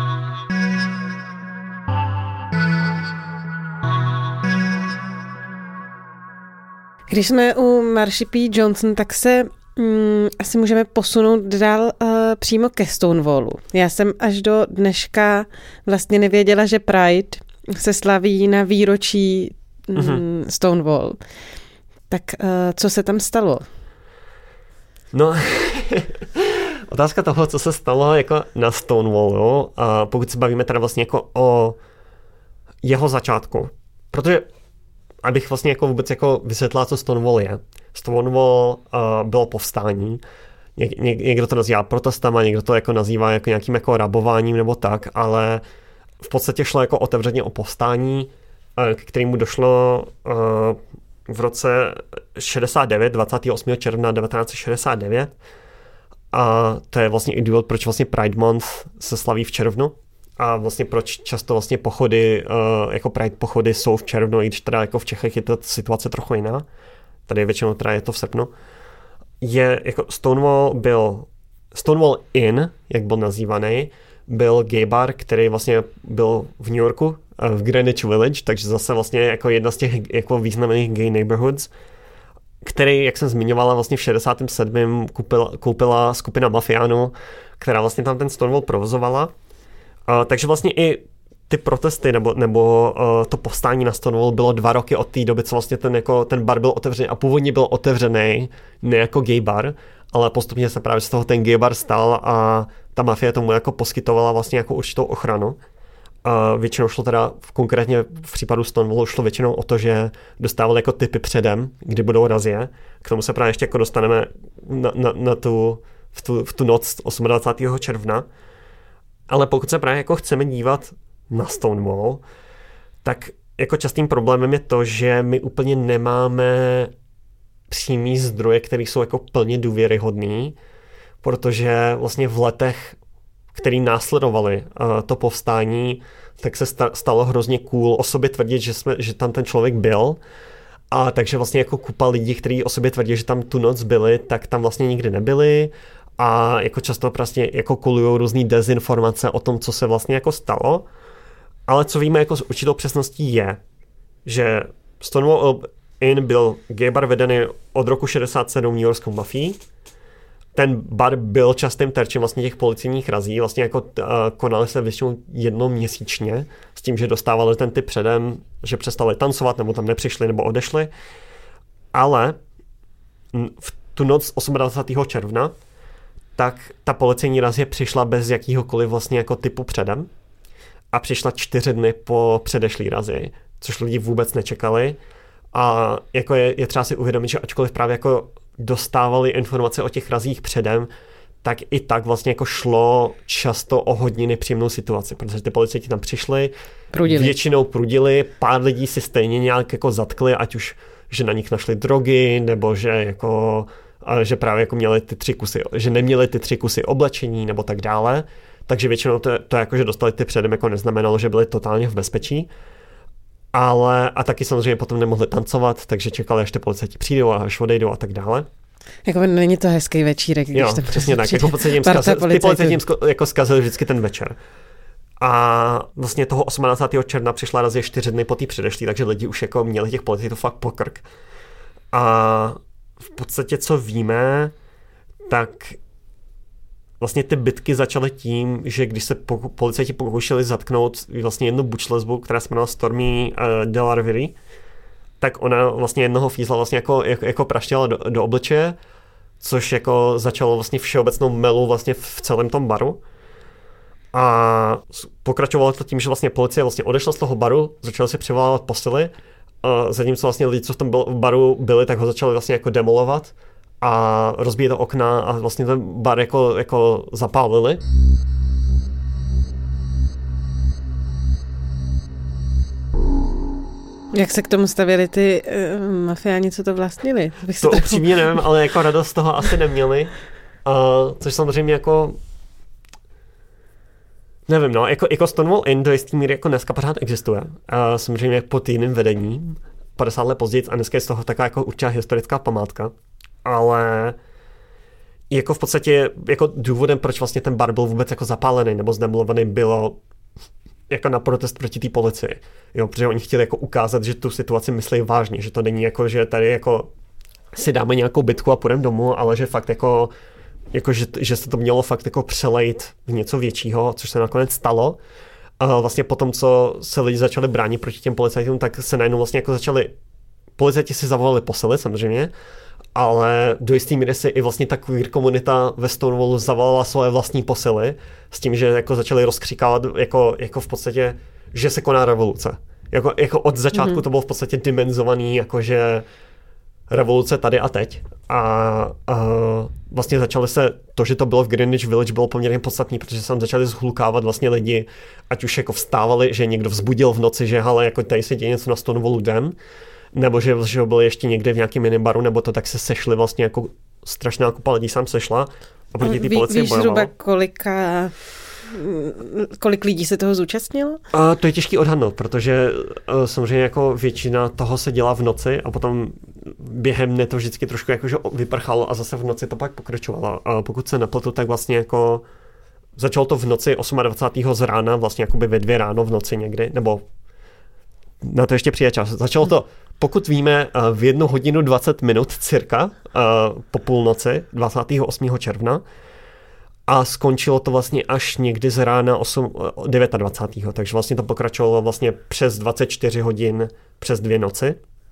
Když jsme u Marshy P. Johnson, tak se mm, asi můžeme posunout dál uh, přímo ke Stonewallu. Já jsem až do dneška vlastně nevěděla, že Pride se slaví na výročí mm, mm-hmm. Stonewall. Tak uh, co se tam stalo? No, otázka toho, co se stalo jako na Stonewallu, a pokud se bavíme teda vlastně jako o jeho začátku, protože abych vlastně jako vůbec jako vysvětlila, co Stonewall je. Stonewall uh, bylo povstání, Ně, ně, někdo to nazývá protestama, někdo to jako nazývá jako nějakým jako rabováním nebo tak, ale v podstatě šlo jako otevřeně o povstání, uh, k kterému došlo uh, v roce šedesát devět, dvacátého osmého června devatenáct set šedesát devět. A to je vlastně i důvod, proč vlastně Pride Month se slaví v červnu. A vlastně proč často vlastně pochody, uh, jako Pride pochody jsou v červnu, i když teda jako v Čechách je ta situace trochu jiná. Tady většinou teda je to v srpnu. Je jako Stonewall byl, Stonewall Inn, jak byl nazývaný, byl gay bar, který vlastně byl v New Yorku, v Greenwich Village, takže zase vlastně jako jedna z těch jako významných gay neighborhoods, který, jak jsem zmiňovala, vlastně v šedesátém sedmém koupila, koupila skupina mafiánů, která vlastně tam ten Stonewall provozovala. Uh, takže vlastně i ty protesty nebo, nebo uh, to povstání na Stonewall bylo dva roky od té doby, co vlastně ten, jako, ten bar byl otevřený a původně byl otevřený ne jako gay bar, ale postupně se právě z toho ten gay bar stal a ta mafie tomu jako poskytovala vlastně jako určitou ochranu. A většinou šlo teda, konkrétně v případu Stonewallu šlo většinou o to, že dostávali jako tipy předem, kdy budou razie. K tomu se právě ještě jako dostaneme na, na, na tu, v, tu, v tu noc dvacátého osmého června. Ale pokud se právě jako chceme dívat na Stonewall, tak jako častým problémem je to, že my úplně nemáme přímý zdroje, které jsou jako plně důvěryhodný, protože vlastně v letech, který následovali uh, to povstání, tak se sta- stalo hrozně cool o sobě tvrdit, že, jsme, že tam ten člověk byl. A takže vlastně jako kupa lidí, kteří o sobě tvrdí, že tam tu noc byli, tak tam vlastně nikdy nebyli. A jako často prostě jako kolujou různý dezinformace o tom, co se vlastně jako stalo. Ale co víme jako s určitou přesností je, že Stonewall Inn byl gay bar vedený od roku šedesát sedm New Yorkskou mafií. Ten bar byl častým terčem vlastně těch policijních razí, vlastně jako uh, konali se většinou jednou měsíčně, s tím, že dostávali ten typ předem, že přestali tancovat, nebo tam nepřišli, nebo odešli. Ale v tu noc dvacátého osmého června, tak ta policejní razie přišla bez jakýhokoliv vlastně jako typu předem a přišla čtyři dny po předešlý razii, což lidi vůbec nečekali. A jako je, je třeba si uvědomit, že ačkoliv právě jako dostávali informace o těch razích předem, tak i tak vlastně jako šlo často o hodně nepříjemnou situaci, protože ty policajti tam přišli, prudili. většinou prudili, pár lidí si stejně nějak jako zatkli, ať už, že na nich našli drogy, nebo že jako, že právě jako měli ty tři kusy, že neměli ty tři kusy oblečení, nebo tak dále. Takže většinou to, to jako, že dostali ty předem, jako neznamenalo, že byli totálně v bezpečí. Ale a taky samozřejmě potom nemohli tancovat, takže čekali, až ty policajti přijdou a až odejdou a tak dále. Jako není to hezký večírek, když jo, to přesně tak. Jako policajti ty policajti jim jako zkazili vždycky ten večer. A vlastně toho dvacátého osmého června přišla razie čtyři dny po té předešlý, takže lidi už jako měli těch policajtů fakt pokrk. A v podstatě, co víme, tak vlastně ty bitky začaly tím, že když se poku- policajti pokoušeli zatknout vlastně jednu buč lesbu, která se jmenovala Stormy uh, Delarvery, tak ona vlastně jednoho fízla vlastně jako, jako, jako praštěla do, do obličeje, což jako začalo vlastně všeobecnou melu vlastně v celém tom baru. A pokračovalo to tím, že vlastně policie vlastně odešla z toho baru, začala si přivolávat posily, a zatímco vlastně lidi, co v tom baru byli, tak ho začali vlastně jako demolovat a rozbíjet okna a vlastně ten bar jako, jako zapálili. Jak se k tomu stavěli ty uh, mafiáni, co to vlastnili? To upřímně nevím, ale jako radost z toho asi neměli. Uh, což samozřejmě jako nevím, no, jako, jako Stonewall Inn do jistý míry jako dneska pořád existuje. Uh, samozřejmě pod jiným vedením, padesát let později, a dneska je z toho taková jako určitá historická památka. Ale jako v podstatě jako důvodem, proč vlastně ten bar byl vůbec jako zapálený nebo zdemolovaný, bylo jako na protest proti té policii. Jo, protože oni chtěli jako ukázat, že tu situaci myslí vážně, že to není jako, že tady jako si dáme nějakou bitku a půjdeme domů, ale že fakt jako, jako že, že se to mělo fakt jako přelejt v něco většího, což se nakonec stalo. A vlastně potom, co se lidi začali bránit proti těm policajtům, tak se najednou vlastně jako začali, policajti si zavolali posily samozřejmě, ale do jistý míry si i vlastně ta queer komunita ve Stonewallu zavolala svoje vlastní posily s tím, že jako začali rozkřikávat jako, jako v podstatě, že se koná revoluce. Jako, jako od začátku mm-hmm. to bylo v podstatě dimenzovaný, jakože revoluce tady a teď. A, a vlastně začali se, to, že to bylo v Greenwich Village, bylo poměrně podstatný, protože se tam začali zhlukávat vlastně lidi, ať už jako vstávali, že někdo vzbudil v noci, že hele, jako tady se děje něco na Stonewallu den, nebo že, že byli ještě někde v nějakém minibaru, nebo to, tak se sešli vlastně jako strašná kupa lidí sám sešla a proti té policie Víš bojovala. zhruba kolika, kolik lidí se toho zúčastnilo? A to je těžký odhadnout, protože uh, samozřejmě jako většina toho se dělá v noci a potom během dne to vždycky trošku jakože vyprchalo a zase v noci to pak pokračovalo. A pokud se nepletu, tak vlastně jako začalo to v noci dvacátého osmého z rána, vlastně jakoby ve dvě ráno v noci někdy, nebo na to ještě přijde čas. Začalo to, pokud víme, v jednu hodinu dvacet minut cirka po půlnoci dvacátého osmého června a skončilo to vlastně až někdy z rána dvacátého devátého Takže vlastně to pokračovalo vlastně přes dvacet čtyři hodin, přes dvě noci.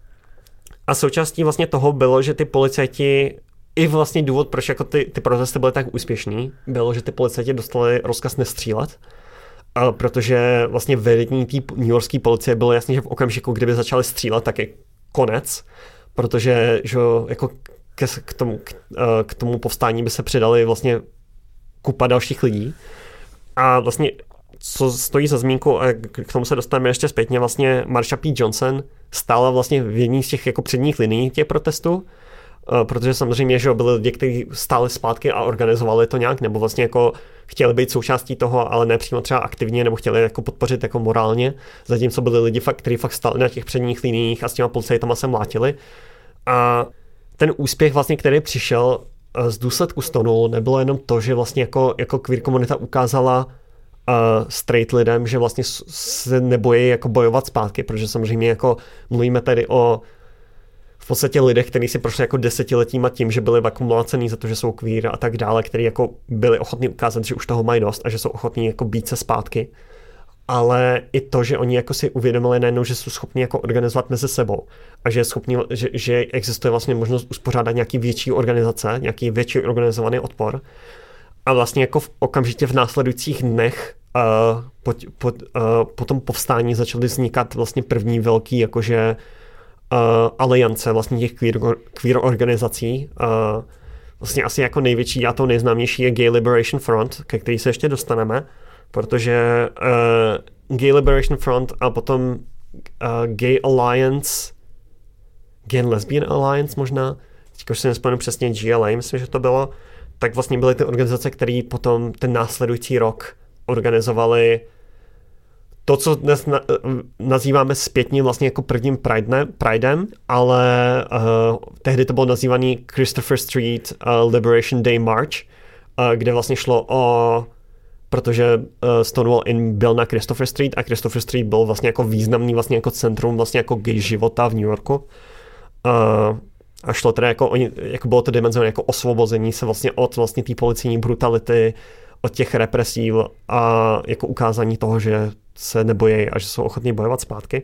A součástí vlastně toho bylo, že ty policajti, i vlastně důvod, proč jako ty, ty protesty byly tak úspěšný, bylo, že ty policajti dostali rozkaz nestřílet, a protože vlastně vedení té newyorské policie bylo jasný, že v okamžiku, kdyby začali střílet, tak je konec, protože že jako k, k, tomu, k, k tomu povstání by se přidali vlastně kupa dalších lidí. A vlastně, co stojí za zmínku, a k tomu se dostaneme ještě zpětně, vlastně Marsha P. Johnson stála vlastně v jedné z těch jako předních linií těch protestů, protože samozřejmě, že byli lidi, kteří stáli zpátky a organizovali to nějak, nebo vlastně jako chtěli být součástí toho, ale ne přímo třeba aktivně, nebo chtěli jako podpořit jako morálně, zatímco byli lidi, kteří fakt stáli na těch předních liniích a s těma policajtama se mlátili. A ten úspěch vlastně, který přišel z důsledku Stonewallu, nebylo jenom to, že vlastně jako, jako queer komunita ukázala uh, straight lidem, že vlastně se nebojí jako bojovat zpátky, protože samozřejmě jako mluvíme tady o v podstatě lidech, kteří si prošli jako desetiletíma tím, že byli jako mlácený za to, že jsou queer a tak dále, kteří jako byli ochotní ukázat, že už toho mají dost a že jsou ochotní jako být se zpátky. Ale i to, že oni jako si uvědomili najednou, že jsou schopni jako organizovat mezi sebou a že je schopni, že, že existuje vlastně možnost uspořádat nějaký větší organizace, nějaký větší organizovaný odpor. A vlastně jako v, okamžitě v následujících dnech uh, po, po, uh, po tom povstání začaly vznikat vlastně první velký jakože uh, aliance vlastně těch queer, queer organizací. Uh, vlastně asi jako největší a to nejznámější je Gay Liberation Front, ke který se ještě dostaneme, protože uh, Gay Liberation Front a potom uh, Gay Alliance, Gay and Lesbian Alliance možná, teďka už si nespomenu přesně, G L A, myslím, že to bylo, tak vlastně byly ty organizace, které potom ten následující rok organizovaly to, co dnes na, nazýváme zpětně vlastně jako prvním Pride, Pridem, ale uh, tehdy to bylo nazývaný Christopher Street uh, Liberation Day March, uh, kde vlastně šlo o protože uh, Stonewall Inn byl na Christopher Street a Christopher Street byl vlastně jako významný vlastně jako centrum vlastně jako gay života v New Yorku. Uh, a šlo teda jako, oni, jako bylo to dimenzované jako osvobození se vlastně od vlastně té policijní brutality, od těch represí a jako ukázání toho, že se nebojí a že jsou ochotní bojovat zpátky.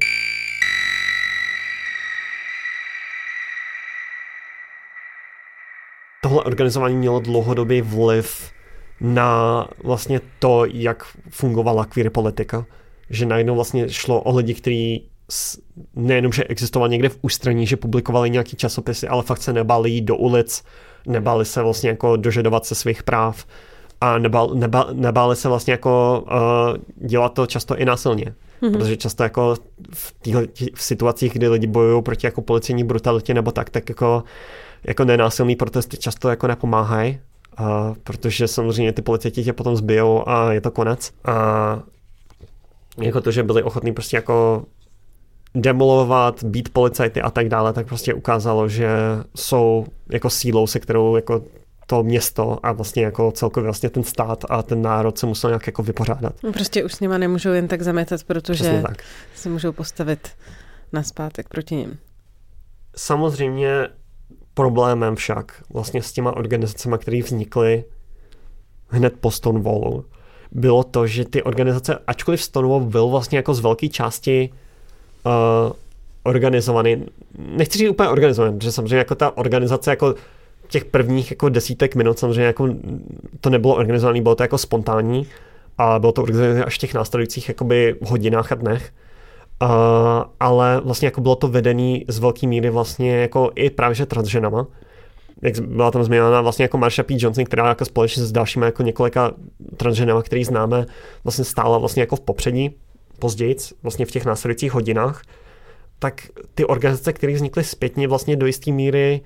Tohle organizování mělo dlouhodobý vliv na vlastně to, jak fungovala queer politika. Že najednou vlastně šlo o lidi, kteří nejenom, že existovali někde v ústraní, že publikovali nějaký časopisy, ale fakt se nebáli jít do ulic, nebáli se vlastně jako dožadovat se svých práv a nebáli, nebáli, nebáli se vlastně jako uh, dělat to často i násilně. Mm-hmm. Protože často jako v, týhle, v situacích, kdy lidi bojují proti jako policejní brutalitě nebo tak, tak jako, jako nenásilný protesty často jako nepomáhají. Uh, protože samozřejmě ty policajti tě potom zbijou a je to konec. A jako to, že byli ochotní prostě jako demolovat, být policajty a tak dále, tak prostě ukázalo, že jsou jako sílou, se kterou jako to město a vlastně jako celkově vlastně ten stát a ten národ se musel nějak jako vypořádat. Prostě už s nima nemůžou jen tak zametat, protože se můžou postavit nazpátek proti nim. Samozřejmě problémem však vlastně s těma organizacemi, které vznikly hned po Stonewallu, bylo to, že ty organizace, ačkoliv Stonewall byl vlastně jako z velké části uh, organizovaný, nechci říct úplně organizovaný, protože samozřejmě jako ta organizace jako těch prvních jako desítek minut samozřejmě jako to nebylo organizované, bylo to jako spontánní a bylo to organizované až v těch následujících jakoby hodinách a dnech. Uh, ale vlastně jako bylo to vedený z velké míry vlastně jako i právě že transženama. Jak byla tam zmíněna vlastně jako Marsha P. Johnson, která jako společně s dalšími jako několika transženama, který známe, vlastně stála vlastně jako v popředí později, vlastně v těch následujících hodinách. Tak ty organizace, které vznikly zpětně vlastně do jisté míry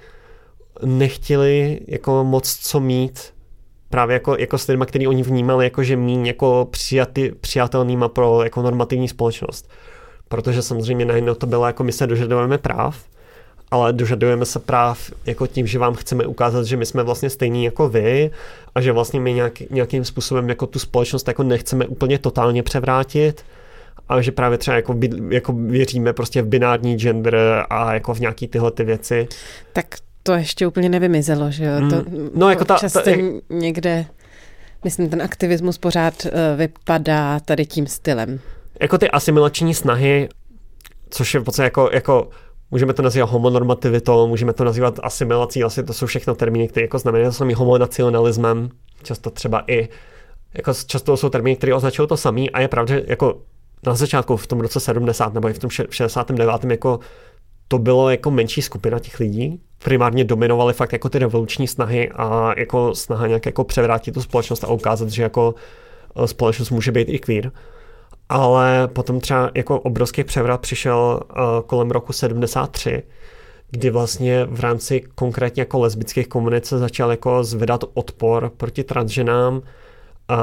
nechtěli jako moc co mít právě jako, jako s lidmi, který oni vnímali jako, že míň jako přijatý, přijatelnýma pro jako normativní společnost. Protože samozřejmě najednou to bylo jako my se dožadujeme práv, ale dožadujeme se práv jako tím, že vám chceme ukázat, že my jsme vlastně stejní jako vy a že vlastně my nějak, nějakým způsobem jako tu společnost jako nechceme úplně totálně převrátit a že právě třeba jako, jako věříme prostě v binární gender a jako v nějaký tyhle ty věci. Tak to ještě úplně nevymizelo, že jo? To no, jako ta, ta, jak... někde Myslím, ten aktivismus pořád uh, vypadá tady tím stylem. Jako ty asimilační snahy, což je v podstatě jako, jako můžeme to nazývat homonormativitou, můžeme to nazývat asimilací, vlastně to jsou všechno termíny, které jako znamenají to samý homonacionalismem, často třeba i, jako často jsou termíny, které označují to samý a je pravda, že jako na začátku v tom roce sedmdesát nebo i v tom šedesátém devátém jako to bylo jako menší skupina těch lidí, primárně dominovaly fakt jako ty revoluční snahy a jako snaha nějak jako převrátit tu společnost a ukázat, že jako společnost může být i queer. Ale potom třeba jako obrovský převrat přišel uh, kolem roku sedmdesát tři, kdy vlastně v rámci konkrétně jako lesbických komunit se začal jako zvedat odpor proti transženám. Uh,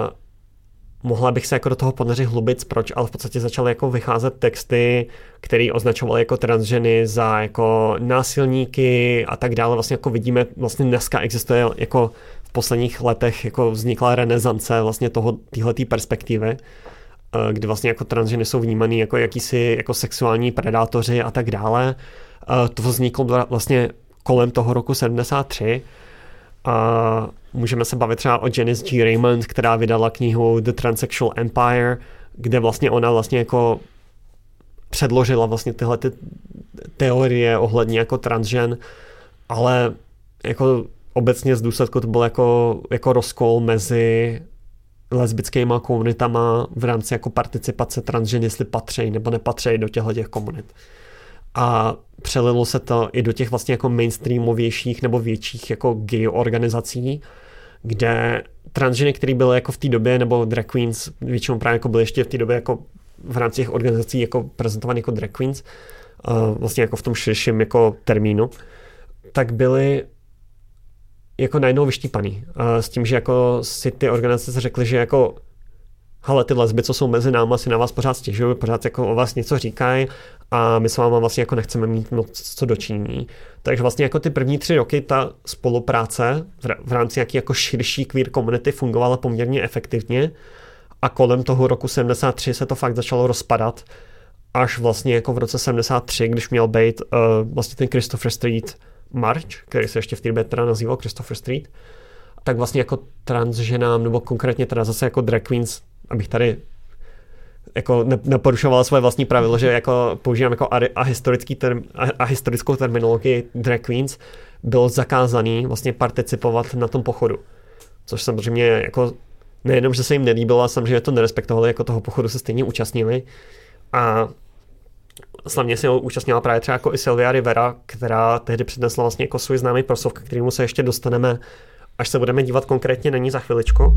mohla bych se jako do toho ponořit hlubic, proč, ale v podstatě začaly jako vycházet texty, které označovaly jako transženy za jako násilníky a tak dále. Vlastně jako vidíme, vlastně dneska existuje jako v posledních letech jako vznikla renesance vlastně toho, téhletý perspektivy, kdy vlastně jako transženy jsou vnímaný jako jakýsi jako sexuální predátoři a tak dále. To vzniklo vlastně kolem toho roku sedmdesát tři. A můžeme se bavit třeba o Janice G. Raymond, která vydala knihu The Transsexual Empire, kde vlastně ona vlastně jako předložila vlastně tyhle ty teorie ohledně jako transžen, ale jako obecně z důsledku to byl jako, jako rozkol mezi lesbickýma komunitama v rámci jako participace transžen, jestli patří nebo nepatří do těchto těch komunit. A přelilo se to i do těch vlastně jako mainstreamovějších nebo větších jako gay organizací, kde transženy, které byly jako v té době, nebo drag queens, většinou právě jako byly ještě v té době jako v rámci těch organizací jako prezentované jako drag queens, vlastně jako v tom širším jako termínu, tak byly jako najednou vyštípaný. S tím, že jako si ty organizace řekly, že jako hele, ty lesby, co jsou mezi náma, si na vás pořád stěžují, pořád jako o vás něco říkají a my s váma vlastně jako nechceme mít moc co dočinění. Takže vlastně jako ty první tři roky ta spolupráce v rámci nějaký jako širší queer komunity fungovala poměrně efektivně a kolem toho roku sedmdesát tři se to fakt začalo rozpadat, až vlastně jako v roce sedmdesát tři, když měl být uh, vlastně ten Christopher Street March, který se ještě v té době teda nazýval Christopher Street, tak vlastně jako transženám, nebo konkrétně teda zase jako drag queens, abych tady jako neporušoval svoje vlastní pravidlo, že jako používám jako ahistorický term, ahistorickou terminologii drag queens, bylo zakázaný vlastně participovat na tom pochodu. Což samozřejmě jako nejenom, že se jim nelíbilo, ale samozřejmě to nerespektovali, jako toho pochodu se stejně účastnili. A slavně se ho účastnila právě třeba jako i Sylvia Rivera, která tehdy přednesla vlastně jako svůj známý proslov, k kterému se ještě dostaneme, až se budeme dívat konkrétně na ní za chviličku.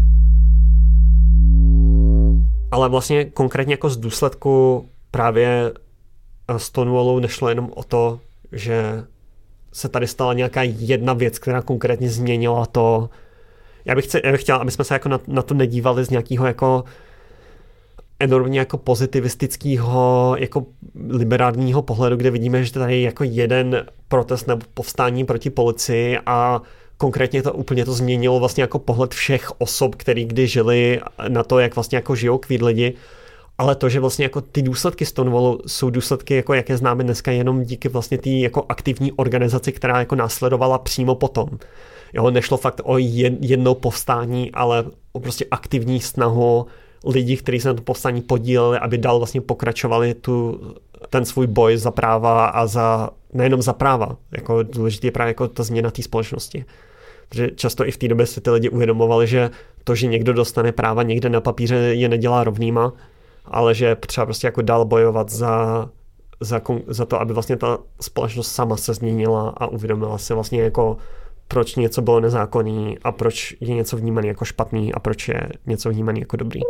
Ale vlastně konkrétně jako z důsledku právě Stonewallu nešlo jenom o to, že se tady stala nějaká jedna věc, která konkrétně změnila to. Já bych, chci, já bych chtěla, aby jsme se jako na, na to nedívali z nějakého jako enormně jako pozitivistického, jako liberálního pohledu, kde vidíme, že tady je jako jeden protest nebo povstání proti policii a konkrétně to úplně to změnilo vlastně jako pohled všech osob, který kdy žili na to, jak vlastně jako žijou queer lidi, ale to, že vlastně jako ty důsledky Stonewallu jsou důsledky, jako jaké známe dneska jenom díky vlastně té jako aktivní organizaci, která jako následovala přímo potom. Jo, nešlo fakt o jedno povstání, ale o prostě aktivní snahu lidí, kteří se na to povstání podíleli, aby dál vlastně pokračovali tu, ten svůj boj za práva a za, nejenom za práva, jako důležitý je právě jako ta změna té společnosti. Protože často i v té době se ty lidi uvědomovali, že to, že někdo dostane práva někde na papíře, je nedělá rovnýma, ale že třeba prostě jako dál bojovat za, za, za to, aby vlastně ta společnost sama se změnila a uvědomila si vlastně jako proč něco bylo nezákonný a proč je něco vnímané jako špatný a proč je něco vnímané jako dobrý.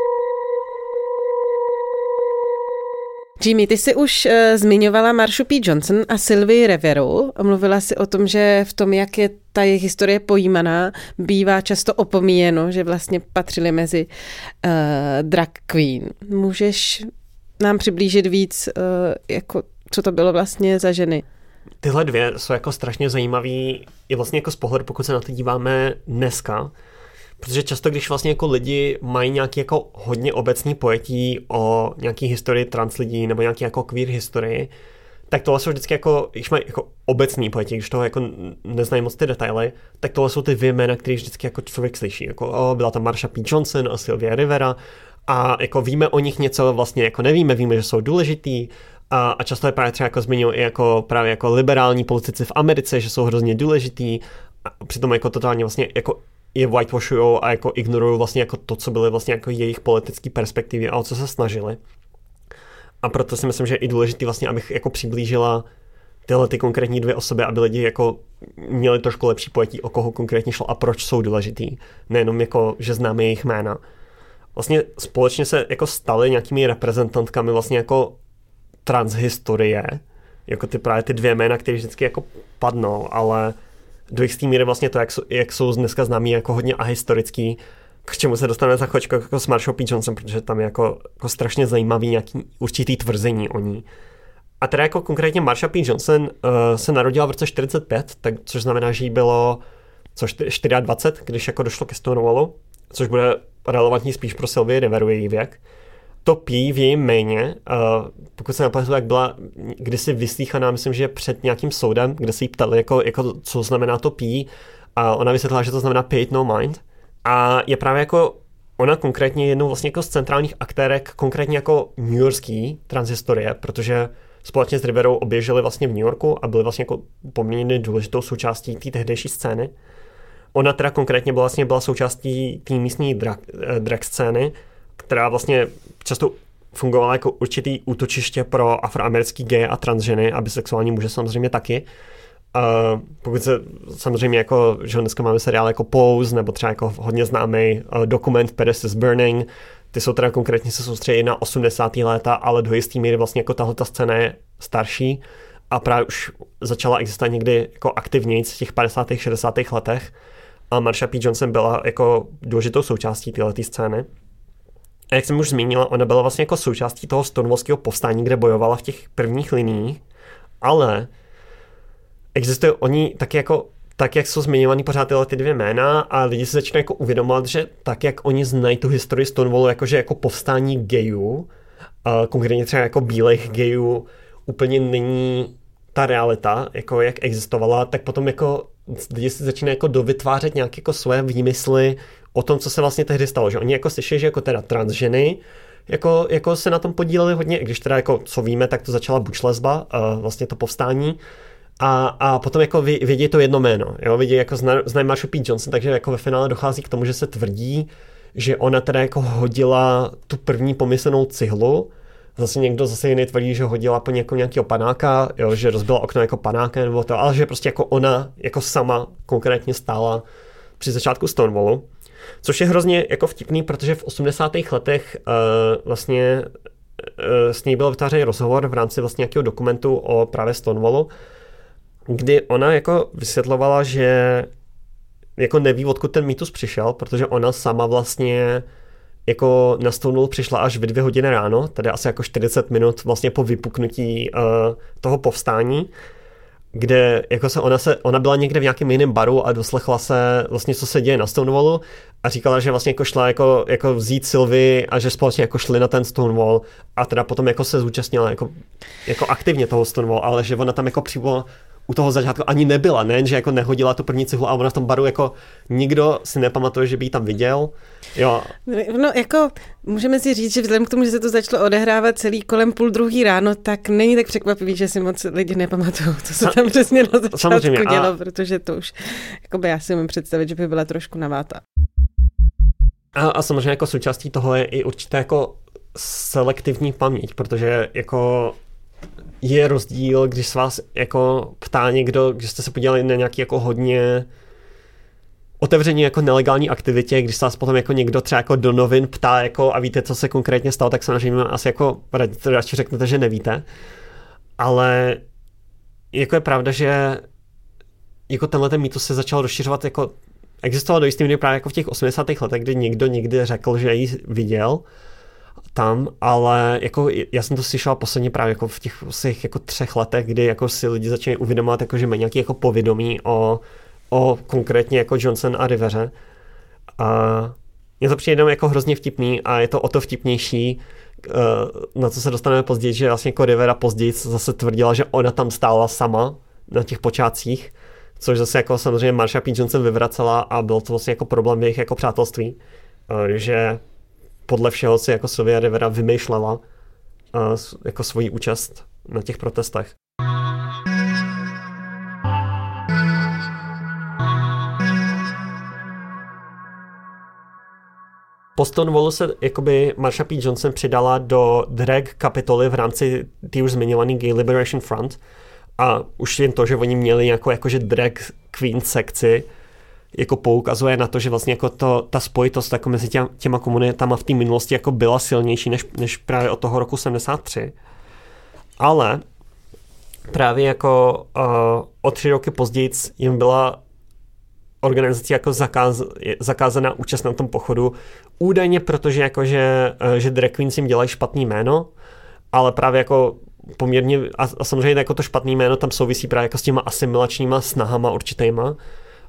Jimmy, ty jsi už uh, zmiňovala Marshu P. Johnson a Sylvii Riveru. Mluvila jsi o tom, že v tom, jak je ta jejich historie pojímaná, bývá často opomíjeno, že vlastně patřili mezi uh, drag queen. Můžeš nám přiblížit víc, uh, jako, co to bylo vlastně za ženy? Tyhle dvě jsou jako strašně zajímavý i vlastně jako z pohledu, pokud se na to díváme dneska, protože často, když vlastně jako lidi mají nějaký jako hodně obecný pojetí o nějaký historii trans lidí nebo nějaký jako queer historii, tak tohle jsou vždycky jako, když mají jako obecný pojetí, když toho jako neznají moc ty detaily, tak tohle jsou ty dvě jména, které vždycky jako člověk slyší. Jako, o, byla tam Marsha P. Johnson a Sylvia Rivera a jako víme o nich něco, vlastně jako nevíme, víme, že jsou důležitý a, a často je právě třeba jako zmiňují i jako právě jako liberální politici v Americe, že jsou hrozně důležitý a přitom jako totálně vlastně jako je whitewashujou a jako ignorují vlastně jako to, co byly vlastně jako jejich politické perspektivy a o co se snažili. A proto si myslím, že je i důležitý vlastně, abych jako přiblížila tyhle ty konkrétní dvě osoby, aby lidi jako měli trošku lepší pojetí, o koho konkrétně šlo a proč jsou důležitý. Nejenom jako, že známe jejich jména. Vlastně společně se jako stali nějakými reprezentantkami vlastně jako transhistorie, jako ty právě ty dvě jména, které vždycky jako padnou, ale do jistý míry vlastně to, jak jsou, jak jsou dneska známí jako hodně ahistorický, k čemu se dostaneme za chvíličku jako s Marshou P. Johnson, protože tam je jako, jako strašně zajímavý nějaký určitý tvrzení o ní. A teda jako konkrétně Marsha P. Johnson uh, se narodila v roce čtyřicet pět, tak, což znamená, že jí bylo co, dvacet čtyři, když jako došlo ke Stonewallu, což bude relevantní spíš pro Sylvii Riveru její věk. To P v jejím jméně, uh, pokud se nepamatuju, jak byla kdysi vyslýchaná, myslím, že před nějakým soudem, kde se jí ptali, jako, jako, co znamená to P, a ona vysvětlila, že to znamená Pay It No Mind. A je právě jako ona konkrétně jednou vlastně jako z centrálních aktérek, konkrétně jako newyorský transhistorie, protože společně s Riverou oběželi vlastně v New Yorku a byli vlastně jako poměrně důležitou součástí té tehdejší scény. Ona teda konkrétně byla vlastně byla součástí té místní drag, drag scény, která vlastně často fungovala jako určitý útočiště pro afroamerický gay a transženy a bisexuální muže samozřejmě taky. Uh, pokud se samozřejmě jako, že dneska máme seriál jako Pose, nebo třeba jako hodně známý uh, dokument Paris is Burning, ty jsou teda konkrétně se soustředí na osmdesátá léta, ale do jistý míry vlastně jako tahleta scéna je starší a právě už začala existovat někdy jako aktivněji v těch padesátých šedesátých letech a Marsha P. Johnson byla jako důležitou součástí téhleté scény. A jak jsem už zmínila, ona byla vlastně jako součástí toho stonewallského povstání, kde bojovala v těch prvních liniích, ale existuje oni taky jako, tak jak jsou zmiňovaný pořád tyhle ty dvě jména a lidi se začínají jako uvědomovat, že tak jak oni znají tu historii Stonewallu, jakože jako povstání gayů, a konkrétně třeba jako bílých gayů, úplně není ta realita, jako jak existovala, tak potom jako lidi si začínají jako dovytvářet nějaké jako své výmysly o tom, co se vlastně tehdy stalo, že oni jako slyší, že jako teda transženy jako, jako se na tom podíleli hodně, i když teda jako co víme, tak to začala butch lesba, vlastně to povstání. A, a potom jako vědí to jedno jméno, jo, vědí jako znají Marsha P. Johnson, takže jako ve finále dochází k tomu, že se tvrdí, že ona teda jako hodila tu první pomyslnou cihlu, zase někdo zase jiný tvrdí, že hodila po někoho nějakého panáka, jo, že rozbila okno jako panákem nebo to, ale že prostě jako ona jako sama konkrétně stála při začátku Stonewallu, což je hrozně jako vtipný, protože v osmdesátých letech uh, vlastně uh, s ní byl vytvářený rozhovor v rámci vlastně nějakého dokumentu o právě Stonewallu, kdy ona jako vysvětlovala, že jako neví, odkud ten mýtus přišel, protože ona sama vlastně jako na Stonewall přišla až v dvě hodiny ráno, tedy asi jako čtyřicet minut vlastně po vypuknutí uh, toho povstání, kde jako se ona, se ona byla někde v nějakém jiném baru a doslechla se vlastně, co se děje na Stonewallu a říkala, že vlastně jako šla jako, jako vzít Sylvii a že společně jako šli na ten Stonewall a teda potom jako se zúčastnila jako, jako aktivně toho Stonewall, ale že ona tam jako přímo u toho začátku ani nebyla, ne, že jako nehodila tu první cihlu a ona v tom baru jako nikdo si nepamatuje, že by ji tam viděl. Jo. No jako můžeme si říct, že vzhledem k tomu, že se to začalo odehrávat celý kolem půl druhý ráno, tak není tak překvapivý, že si moc lidi nepamatují, co se tam přesně na začátku dělo, a... protože to už jakoby já si umím představit, že by byla trošku naváta. A, a samozřejmě jako součástí toho je i určitá jako selektivní paměť, protože jako je rozdíl, když se vás jako ptá někdo, když jste se podívali na nějaký jako hodně otevřeně jako nelegální aktivitě, když se vás potom jako někdo třeba jako do novin ptá jako a víte, co se konkrétně stalo, tak samozřejmě asi jako radši řeknete, že nevíte. Ale jako je pravda, že jako tenhle ten mýtus se začal rozšiřovat jako existoval do jistý míry právě jako v těch osmdesátých letech, kdy někdo někdy řekl, že ji viděl tam, ale jako já jsem to slyšel posledně právě jako v těch svých jako třech letech, kdy jako si lidi začínají uvědomovat, jako, že mají nějaké jako povědomí o, o konkrétně jako Johnson a Riveře. A mně to přijde jako hrozně vtipný a je to o to vtipnější, na co se dostaneme později, že vlastně jako Rivera později zase tvrdila, že ona tam stála sama na těch počátcích, což zase jako samozřejmě Marsha P. Johnson vyvracela a byl to vlastně jako problém v jejich jako přátelství, že podle všeho si jako Sylvia Rivera vymýšlela jako svoji účast na těch protestech. Po Stonewallu se jakoby Marsha P. Johnson přidala do drag kapitoly v rámci té už zmiňované Gay Liberation Front a už jen to, že oni měli jako, jakože drag queen sekci, jako poukazuje na to, že vlastně jako to, ta spojitost jako mezi těma, těma komunitama v té minulosti jako byla silnější než, než právě od toho roku sedmdesát tři. Ale právě jako uh, o tři roky později jim byla organizací jako zakáz, zakázaná účast na tom pochodu, údajně protože jakože, že drag queens jim dělají špatný jméno, ale právě jako poměrně, a, a samozřejmě jako to špatný jméno tam souvisí právě jako s těma asimilačníma snahama určitýma, uh,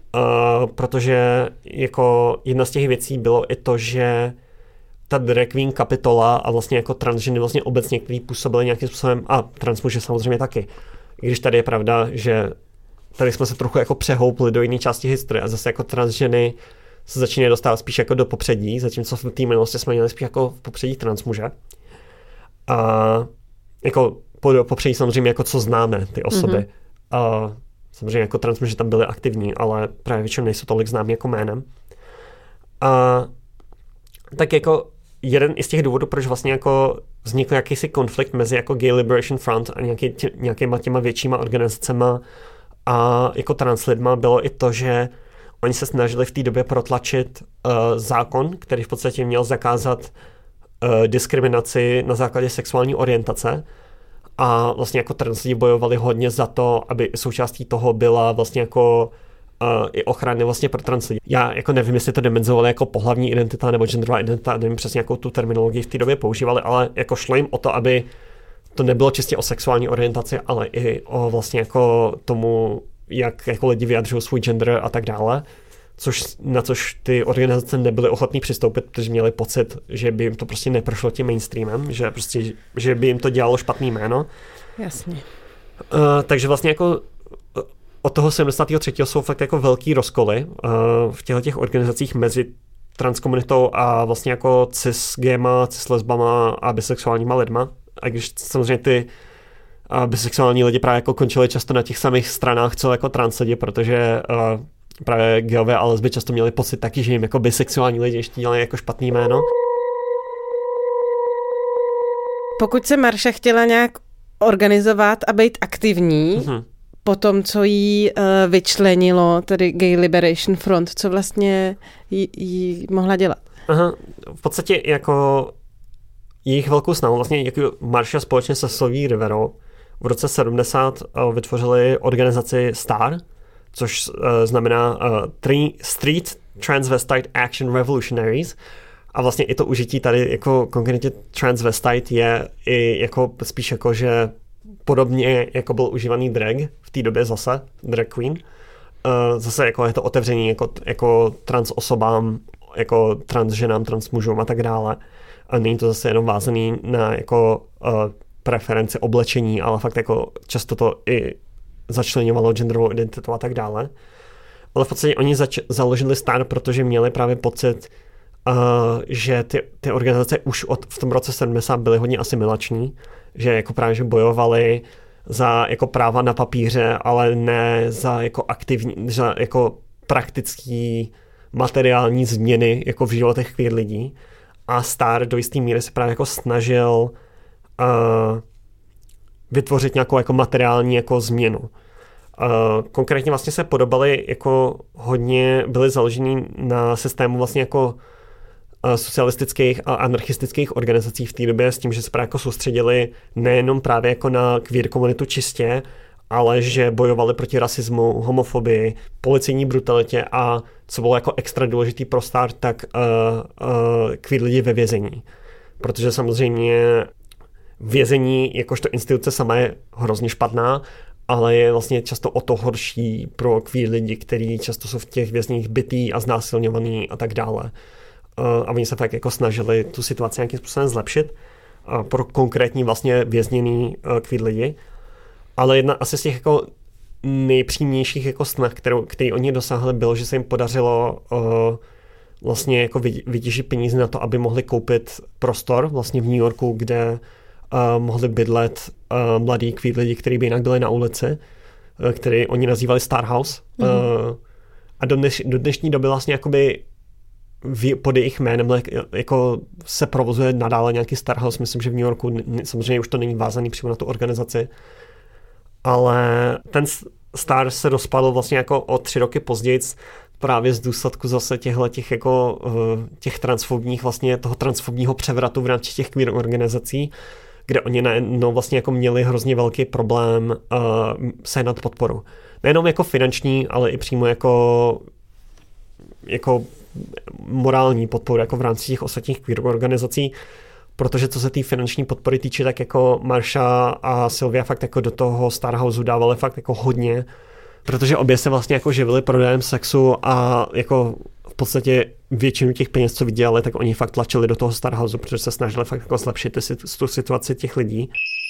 protože jako jedna z těch věcí bylo i to, že ta drag queen kapitola a vlastně jako transženy vlastně obecně, který působily nějakým způsobem, a transmuži samozřejmě taky, i když tady je pravda, že tady jsme se trochu jako přehoupli do jiné části historie a zase jako transženy se začínají dostávat spíš jako do popředí, zatímco v té minulosti jsme měli spíš jako v popředí transmuže. A jako po popředí samozřejmě jako co známe ty osoby. Mm-hmm. A samozřejmě jako transmuži tam byli aktivní, ale právě většinou nejsou tolik známí jako jménem. A tak jako jeden i z těch důvodů, proč vlastně jako vznikl jakýsi konflikt mezi jako Gay Liberation Front a nějaký tě, nějakýma těma většíma organizacema a jako trans lidma, bylo i to, že oni se snažili v té době protlačit uh, zákon, který v podstatě měl zakázat uh, diskriminaci na základě sexuální orientace a vlastně jako trans lidi bojovali hodně za to, aby součástí toho byla vlastně jako uh, i ochrany vlastně pro trans lidi. Já jako nevím, jestli to dimenzovali jako pohlavní identita nebo genderová identita, nevím přesně jakou tu terminologii v té době používali, ale jako šlo jim o to, aby to nebylo čistě o sexuální orientaci, ale i o vlastně jako tomu, jak jako lidi vyjadřují svůj gender a tak dále, což, na což ty organizace nebyly ochotný přistoupit, protože měli pocit, že by jim to prostě neprošlo tím mainstreamem, že prostě, že by jim to dělalo špatný jméno. Jasně. Uh, takže vlastně jako od toho sedmdesátého třetího jsou fakt jako velký rozkoly uh, v těchto těch organizacích mezi transkomunitou a vlastně jako cis-gayma, cis-lesbama a bisexuálníma lidma. A když samozřejmě ty uh, bisexuální lidi právě jako končili často na těch samých stranách, co jako trans lidi, protože uh, právě gayové a lesby často měli pocit taky, že jim jako bisexuální lidi ještě dělají jako špatný jméno. Pokud se Marsha chtěla nějak organizovat a být aktivní, mm-hmm. po tom, co jí uh, vyčlenilo, tedy Gay Liberation Front, co vlastně jí, jí mohla dělat? Aha, v podstatě jako jejich velkou snahu, vlastně jako Marsha společně se Sylvií Riverou v roce sedmdesát uh, vytvořili organizaci STAR, což uh, znamená uh, three Street Transvestite Action Revolutionaries. A vlastně i to užití tady jako konkrétně transvestite je i jako spíš jako, že podobně jako byl užívaný drag v té době zase, drag queen. Uh, zase jako je to otevření jako, jako trans osobám, jako trans ženám, trans mužům a tak dále. A není to zase jenom vázaný na jako uh, preferenci oblečení, ale fakt jako často to i začleňovalo genderovou identitu a tak dále. Ale v podstatě oni zač- založili STAR, protože měli právě pocit, Uh, že ty, ty organizace už od, v tom roce sedmdesát byly hodně asimilační, že jako právě že bojovali za jako práva na papíře, ale ne za jako aktivní, za jako praktický materiální změny jako v životech queer lidí. A STAR do jisté míry se právě jako snažil uh, vytvořit nějakou jako materiální jako změnu. Uh, konkrétně vlastně se podobali jako hodně, byly založení na systému vlastně jako socialistických a anarchistických organizací v té době s tím, že se právě jako soustředili nejenom právě jako na queer komunitu čistě, ale že bojovali proti rasismu, homofobii, policejní brutalitě a co bylo jako extra důležitý pro STAR, tak uh, uh, queer lidi ve vězení. Protože samozřejmě vězení jakožto instituce sama je hrozně špatná, ale je vlastně často o to horší pro queer lidi, kteří často jsou v těch vězních bitý a znásilňovaný a tak dále. Uh, a oni se tak jako snažili tu situaci nějakým způsobem zlepšit. pro konkrétní vlastně vězněný kvít lidi. Ale jedna asi z těch jako nejpřímějších jako snah, kterou, který oni dosáhli, bylo, že se jim podařilo uh, vlastně jako vytěžit peníze na to, aby mohli koupit prostor vlastně v New Yorku, kde uh, mohli bydlet uh, mladí kvít lidi, kteří by jinak byli na ulici, uh, který oni nazývali Star House. Mm-hmm. Uh, a do, dneš, do dnešní doby vlastně jakoby v, pod jejich jménem jako se provozuje nadále nějaký Star House. Myslím, že v New Yorku samozřejmě už to není vázaný přímo na tu organizaci. Ale ten Star se rozpadl vlastně jako o tři roky později právě z důsledku zase těchto těch jako těch transfobních vlastně toho transfobního převratu v rámci těch queer organizací, kde oni najednou vlastně jako měli hrozně velký problém uh, sehnat podporu. Nejenom jako finanční, ale i přímo jako jako morální podporu jako v rámci těch ostatních queer organizací. Protože co se té finanční podpory týče, tak jako Marsha a Sylvia fakt jako do toho Star Houseu dávali fakt jako hodně, protože obě se vlastně jako živili prodejem sexu a jako v podstatě většinu těch peněz, co vydělali, tak oni fakt tlačili do toho Star Houseu, protože se snažili fakt jako zlepšit tu situaci těch lidí.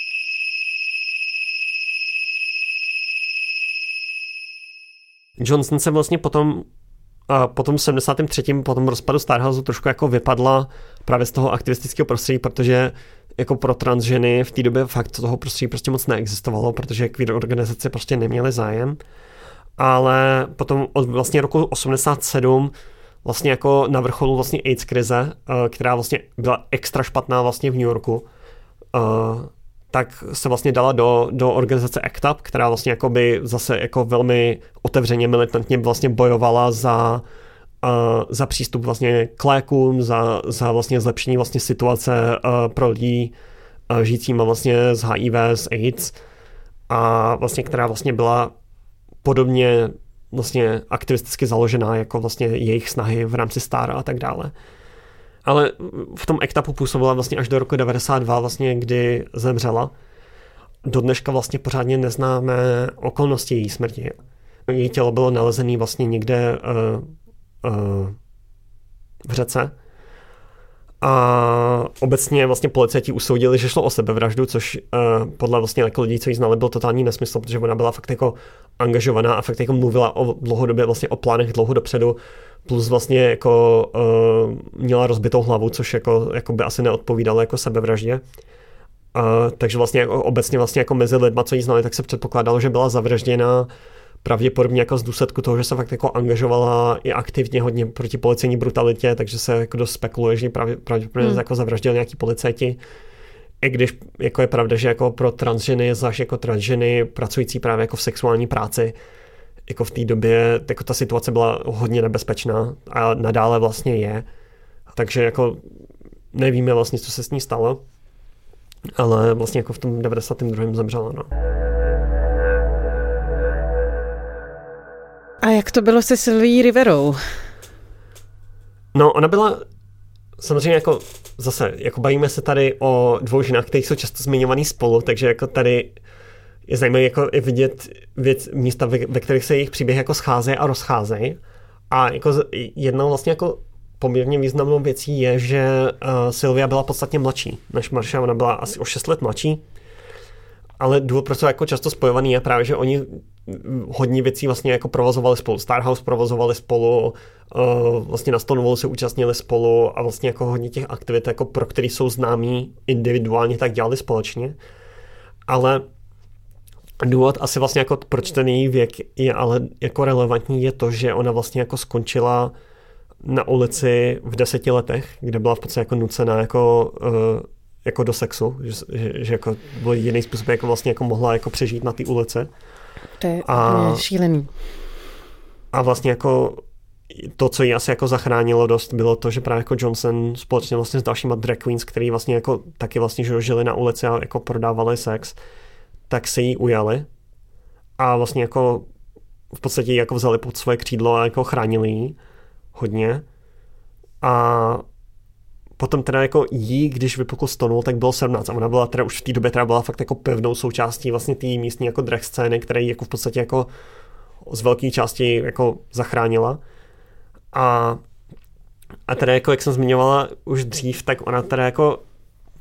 Johnson se vlastně potom a potom v sedmdesátém třetím po tom rozpadu Star Houseu trošku jako vypadla právě z toho aktivistického prostředí, protože jako pro trans ženy v té době fakt toho prostředí prostě moc neexistovalo, protože queer organizace prostě neměly zájem. Ale potom od vlastně roku osmdesát sedm vlastně jako na vrcholu vlastně AIDS krize, která vlastně byla extra špatná vlastně v New Yorku, tak se vlastně dala do, do organizace A C T U P, která vlastně jakoby zase jako velmi otevřeně, militantně vlastně bojovala za, uh, za přístup vlastně k lékům, za, za vlastně zlepšení vlastně situace uh, pro lidi uh, žijícíma vlastně s H I V, s AIDS a vlastně která vlastně byla podobně vlastně aktivisticky založená jako vlastně jejich snahy v rámci Star a tak dále. Ale v tom A C T U P působila vlastně až do roku devadesát dva, vlastně, kdy zemřela. Do dneška vlastně pořádně neznáme okolnosti její smrti. Její tělo bylo nalezené vlastně někde uh, uh, v řece. A obecně vlastně policajti usoudili, že šlo o sebevraždu, což uh, podle vlastně jako lidí, co ji znali, byl totální nesmysl, protože ona byla fakt jako angažovaná a fakt jako mluvila o dlouhodobě vlastně o plánech dlouho dopředu, plus vlastně jako uh, měla rozbitou hlavu, což jako, jako by asi neodpovídalo jako sebevraždě. Uh, takže vlastně jako obecně vlastně jako mezi lidma, co ji znali, tak se předpokládalo, že byla zavražděna pravděpodobně jako z důsledku toho, že se fakt jako angažovala i aktivně hodně proti policejní brutalitě, takže se jako dost spekuluje, že pravdě, pravděpodobně hmm. jako zavraždil nějaký policajti. I když jako je pravda, že jako pro transženy, zvlášť jako transženy pracující právě jako v sexuální práci, jako v té době jako ta situace byla hodně nebezpečná a nadále vlastně je. Takže jako nevíme vlastně, co se s ní stalo, ale vlastně jako v tom devadesátém druhém zemřela, no. A jak to bylo se Sylvií Riverou? No, ona byla samozřejmě jako zase, jako bavíme se tady o dvou ženách, které jsou často zmiňovaný spolu, takže jako tady je zajímavé jako i vidět věc, místa, ve, ve kterých se jejich příběhy jako scházejí a rozcházejí. A jako jednou vlastně jako poměrně významnou věcí je, že uh, Sylvia byla podstatně mladší než Marsha, ona byla asi o šest let mladší. Ale důvod, proč jsou jako často spojovaný, je právě, že oni hodně věcí vlastně jako provozovali spolu. Star House provozovali spolu, uh, vlastně na Stonewallu se účastnili spolu a vlastně jako hodně těch aktivit, jako pro který jsou známí individuálně, tak dělali společně. Ale důvod asi vlastně jako proč ten její věk je ale jako relevantní, je to, že ona vlastně jako skončila na ulici v deseti letech, kde byla v podstatě jako nucená jako uh, jako do sexu, že, že, že jako byl jiný způsob, jako vlastně jako mohla jako přežít na té ulici. To je a, šílený. A vlastně jako to, co jí asi jako zachránilo dost, bylo to, že právě jako Johnson společně vlastně s dalšíma drag queens, který vlastně jako taky vlastně že žili na ulici a jako prodávali sex, tak se jí ujali a vlastně jako v podstatě ji jako vzali pod svoje křídlo a jako chránili jí hodně. A potom teda jako jí, když vypukl Stonewall, tak bylo sedmnáct a ona byla teda už v té době teda byla fakt jako pevnou součástí vlastně té místní jako drag scény, která ji jako v podstatě jako z velké části jako zachránila. A, a teda jako jak jsem zmiňovala už dřív, tak ona teda jako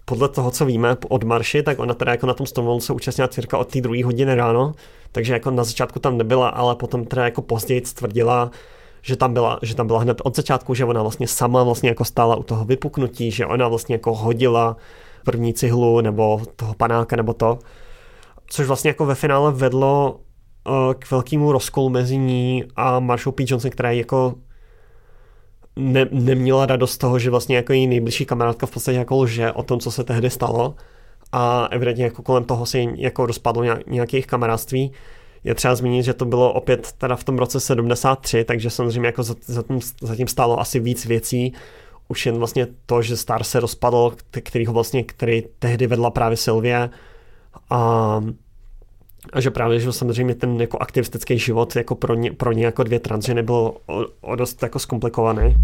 podle toho, co víme od Marši, tak ona teda jako na tom Stonewallu se účastnila cirka od té druhé hodiny ráno, takže jako na začátku tam nebyla, ale potom teda jako později tvrdila, že tam byla, že tam byla hned od začátku, že ona vlastně sama vlastně jako stála u toho vypuknutí, že ona vlastně jako hodila první cihlu nebo toho panáka nebo to, což vlastně jako ve finále vedlo uh, k velkému rozkolu mezi ní a Marshou P. Johnson, která jako ne, neměla radost z toho, že vlastně jako její nejbližší kamarádka v podstatě jako lže o tom, co se tehdy stalo a evidentně jako kolem toho se jako rozpadlo nějaké jejich kamarádství. Je třeba zmínit, že to bylo opět teda v tom roce sedmdesát tři, takže samozřejmě jako zatím, zatím stálo asi víc věcí. Už jen vlastně to, že Star se rozpadl, který ho vlastně, který tehdy vedla právě Sylvie. A, a že právě, že samozřejmě ten jako aktivistický život jako pro ně, pro ně jako dvě transženy byl o, o dost jako zkomplikovaný.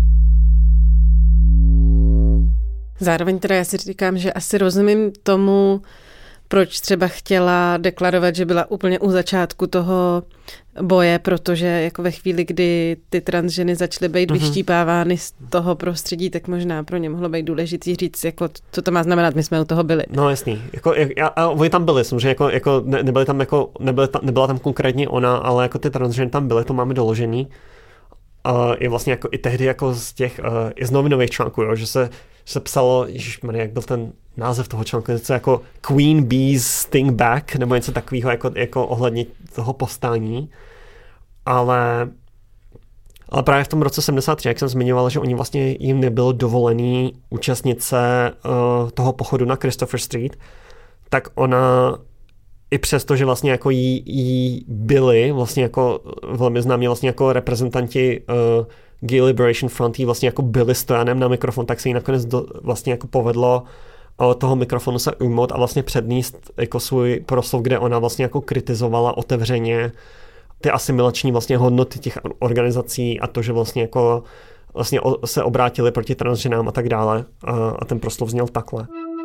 Zároveň teda já si říkám, že asi rozumím tomu, proč třeba chtěla deklarovat, že byla úplně u začátku toho boje, protože jako ve chvíli, kdy ty transženy začaly být mm-hmm. vyštípávány z toho prostředí, tak možná pro ně mohlo být důležitý říct, jako, co to má znamenat, my jsme u toho byli. No jasný, jako, a, a oni tam byli, samozřejmě jako, jako ne, nebyly tam jako, nebyly tam, nebyla tam konkrétně ona, ale jako ty transženy tam byly, to máme doložený. Uh, je vlastně jako i tehdy jako z těch, uh, i z novinových článků, jo, že se, se psalo, ježišmarja, jak byl ten název toho článku, něco jako Queen Bee's Sting Back, nebo něco takového jako, jako ohledně toho povstání. Ale, ale právě v tom roce sedmdesát tři, jak jsem zmiňoval, že oni vlastně jim nebylo dovolený účastnit se uh, toho pochodu na Christopher Street, tak ona i přesto, že vlastně jako jí, jí byli vlastně jako velmi známí vlastně jako reprezentanti uh, Gay Liberation Front, jí vlastně jako byli stojanem na mikrofon, tak se jí nakonec do, vlastně jako povedlo uh, toho mikrofonu se ujmout a vlastně předníst jako svůj proslov, kde ona vlastně jako kritizovala otevřeně ty asimilační vlastně hodnoty těch organizací a to, že vlastně jako vlastně se obrátili proti transženám a tak dále. Uh, a ten proslov zněl takhle.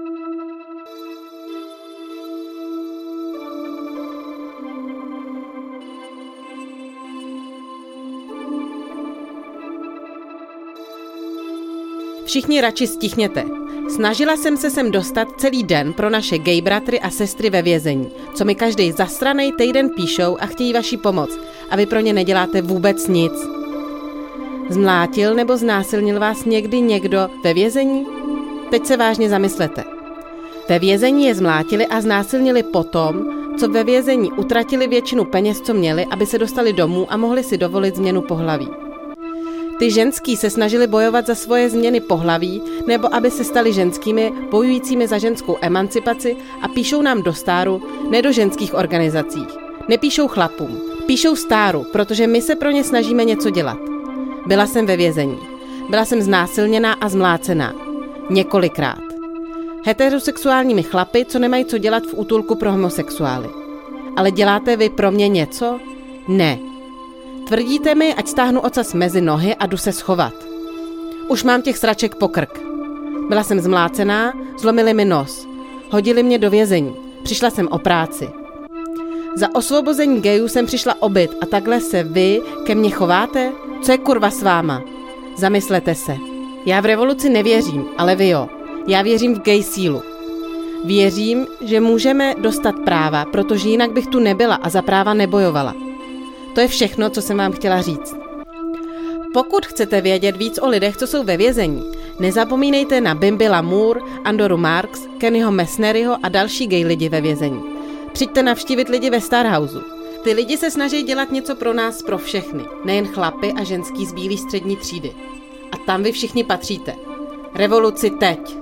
Všichni radši stichněte. Snažila jsem se sem dostat celý den pro naše gay bratry a sestry ve vězení, co mi každý zasranej týden píšou a chtějí vaši pomoc a vy pro ně neděláte vůbec nic. Zmlátil nebo znásilnil vás někdy někdo ve vězení? Teď se vážně zamyslete. Ve vězení je zmlátili a znásilnili potom, co ve vězení utratili většinu peněz, co měli, aby se dostali domů a mohli si dovolit změnu pohlaví. Ty ženský se snažili bojovat za svoje změny pohlaví nebo aby se stali ženskými, bojujícími za ženskou emancipaci a píšou nám do Staru, ne do ženských organizacích. Nepíšou chlapům, píšou Staru, protože my se pro ně snažíme něco dělat. Byla jsem ve vězení. Byla jsem znásilněná a zmlácená. Několikrát. Heterosexuálními chlapy, co nemají co dělat v útulku pro homosexuály. Ale děláte vy pro mě něco? Ne. Tvrdíte mi, ať stáhnu ocas mezi nohy a jdu se schovat. Už mám těch sraček po krk. Byla jsem zmlácená, zlomili mi nos. Hodili mě do vězení. Přišla jsem o práci. Za osvobození gayů jsem přišla o byt a takhle se vy ke mně chováte? Co je kurva s váma? Zamyslete se. Já v revoluci nevěřím, ale vy jo. Já věřím v gay sílu. Věřím, že můžeme dostat práva, protože jinak bych tu nebyla a za práva nebojovala. To je všechno, co jsem vám chtěla říct. Pokud chcete vědět víc o lidech, co jsou ve vězení, nezapomínejte na Bimby Lamour, Andoru Marks, Kennyho Messneryho a další gay lidi ve vězení. Přijďte navštívit lidi ve Starhouseu. Ty lidi se snaží dělat něco pro nás, pro všechny, nejen chlapy a ženský z bílý střední třídy. A tam vy všichni patříte. Revoluci teď!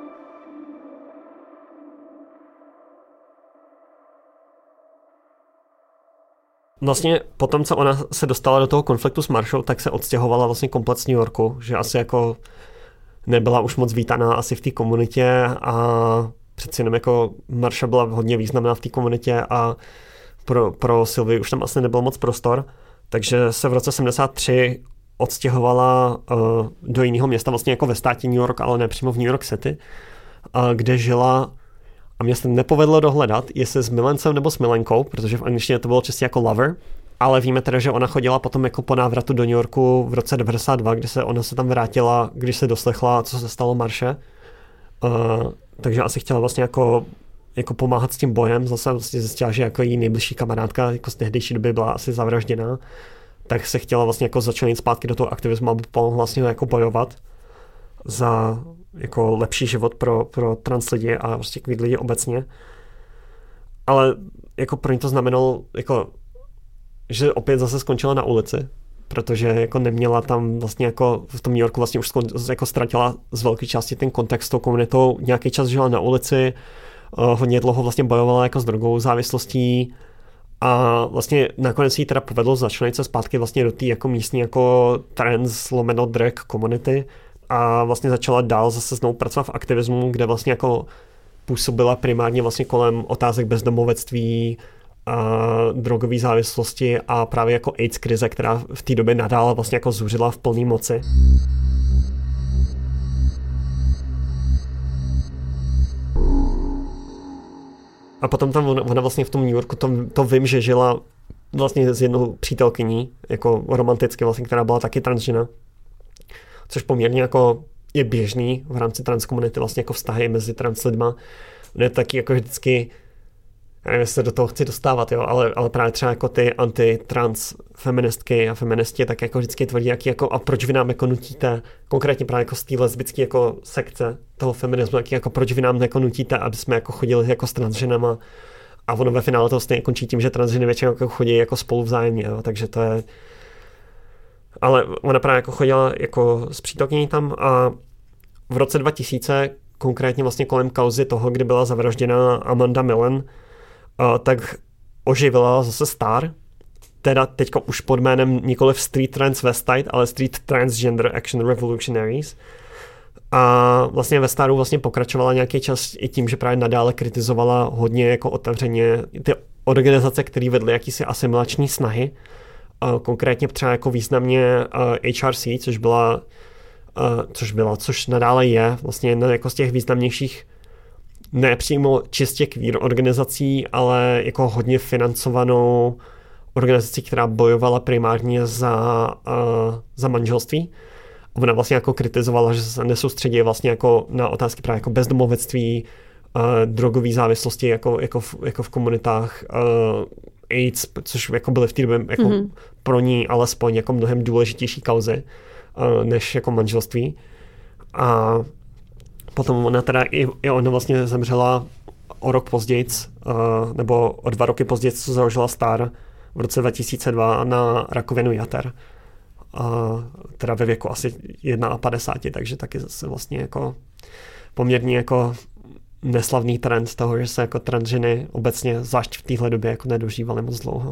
Vlastně potom, co ona se dostala do toho konfliktu s Marshou, tak se odstěhovala vlastně komplet z New Yorku, že asi jako nebyla už moc vítaná asi v té komunitě a přeci jenom jako Marsha byla hodně významná v té komunitě a pro, pro Sylvii už tam asi nebyl moc prostor, takže se v roce sedmdesát tři odstěhovala uh, do jiného města, vlastně jako ve státě New York, ale ne přímo v New York City, uh, kde žila. A mě se nepovedlo dohledat, jestli s milencem nebo s milenkou, protože v angličtině to bylo čistě jako lover, ale víme teda, že ona chodila potom jako po návratu do New Yorku v roce devadesát dva, kdy se ona se tam vrátila, když se doslechla, co se stalo Marshe. Uh, takže asi chtěla vlastně jako, jako pomáhat s tím bojem. Zase vlastně zjistila, že jako její nejbližší kamarádka jako z tehdejší doby byla asi zavražděná. Tak se chtěla vlastně jako začlenit zpátky do toho aktivismu, aby pomohla vlastně jako bojovat za jako lepší život pro, pro trans lidi a prostě queer lidi obecně. Ale jako pro ně to znamenalo, jako, že opět zase skončila na ulici, protože jako neměla tam vlastně jako v tom New Yorku vlastně už skon, jako ztratila z velké části ten kontext s tou komunitou. Nějaký čas žila na ulici, uh, hodně dlouho vlastně bojovala jako s drogovou závislostí a vlastně nakonec jí teda povedlo začlenit se zpátky vlastně do té jako místní jako trans lomeno drag komunity a vlastně začala dál zase znovu pracovat v aktivismu, kde vlastně jako působila primárně vlastně kolem otázek bezdomovectví, a drogové závislosti a právě jako AIDS krize, která v té době nadále vlastně jako zuřila v plné moci. A potom tam ona, ona vlastně v tom New Yorku, to, to vím, že žila vlastně s jednou přítelkyní, jako romanticky vlastně, která byla taky transžena, což poměrně jako je běžný v rámci transkomunity vlastně jako vztahy mezi trans lidma. Je taky jako vždycky, já nevím, jestli se do toho chci dostávat, jo, ale, ale právě třeba jako ty anti-trans feministky a feministi tak jako vždycky tvrdí, jaký jako, a proč vy nám jako nutíte, konkrétně právě jako z té lesbické jako sekce toho feminismu, jaký jako proč vy nám jako nutíte, aby jsme jako chodili jako s transženama a ono ve finále to stejně končí tím, že transženy většinou jako chodí jako spolu vzájemně, jo, takže to je. Ale ona právě jako chodila jako s přítelkyní tam a v roce dva tisíce, konkrétně vlastně kolem kauzy toho, kdy byla zavražděna Amanda Millen, tak oživila zase Star, teda teďka už pod jménem nikoliv Street Transvestite, ale Street Transgender Action Revolutionaries. A vlastně ve Staru vlastně pokračovala nějaký čas i tím, že právě nadále kritizovala hodně jako otevřeně ty organizace, které vedly jakýsi asimilační snahy. Konkrétně třeba jako významně H R C, což byla, což byla, což nadále je vlastně jedna jako z těch významnějších ne přímo čistě queer organizací, ale jako hodně financovanou organizací, která bojovala primárně za, uh, za manželství. Ona vlastně jako kritizovala, že se nesoustředí vlastně jako na otázky právě jako bezdomovectví, uh, drogové závislosti jako, jako, v, jako v komunitách, uh, AIDS, což jako byly v té době jako mm-hmm. pro ní alespoň jako mnohem důležitější kauzy uh, než jako manželství. A potom ona teda i, i ona vlastně zemřela o rok později, uh, nebo o dva roky později, co založila Star v roce dva tisíce dva na rakovinu jater. Uh, teda ve věku asi padesát jedna, takže taky zase vlastně jako poměrně jako neslavný trend toho, že se jako transženy obecně, zvlášť v téhle době, jako nedožívaly moc dlouho.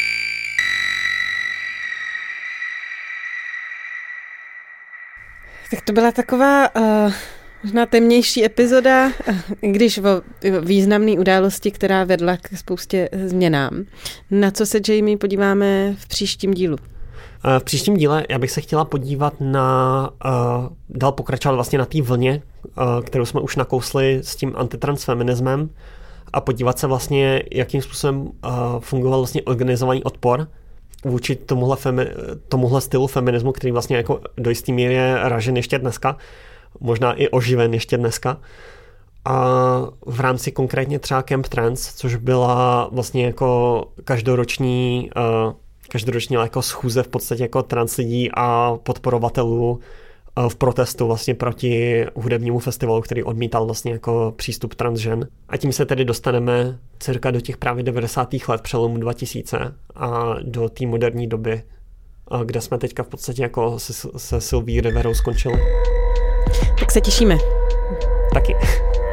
Tak to byla taková uh, možná temnější epizoda, když o významné události, která vedla k spoustě změnám. Na co se, Jamie, podíváme v příštím dílu? V příštím díle já bych se chtěla podívat na, uh, dál pokračovat vlastně na té vlně, uh, kterou jsme už nakousli s tím antitransfeminismem a podívat se vlastně, jakým způsobem uh, fungoval vlastně organizovaný odpor vůči tomuhle, femi- tomuhle stylu feminismu, který vlastně jako do jistý míry je ražen ještě dneska, možná i oživen ještě dneska. A v rámci konkrétně třeba Camp Trans, což byla vlastně jako každoroční uh, každoroční jako schůze v podstatě jako trans lidí a podporovatelů v protestu vlastně proti hudebnímu festivalu, který odmítal vlastně jako přístup transžen. A tím se tedy dostaneme cirka do těch právě devadesátých let přelomu dva tisíce a do té moderní doby, kde jsme teďka v podstatě jako se, se Sylvie Riverou skončili. Tak se těšíme. Taky.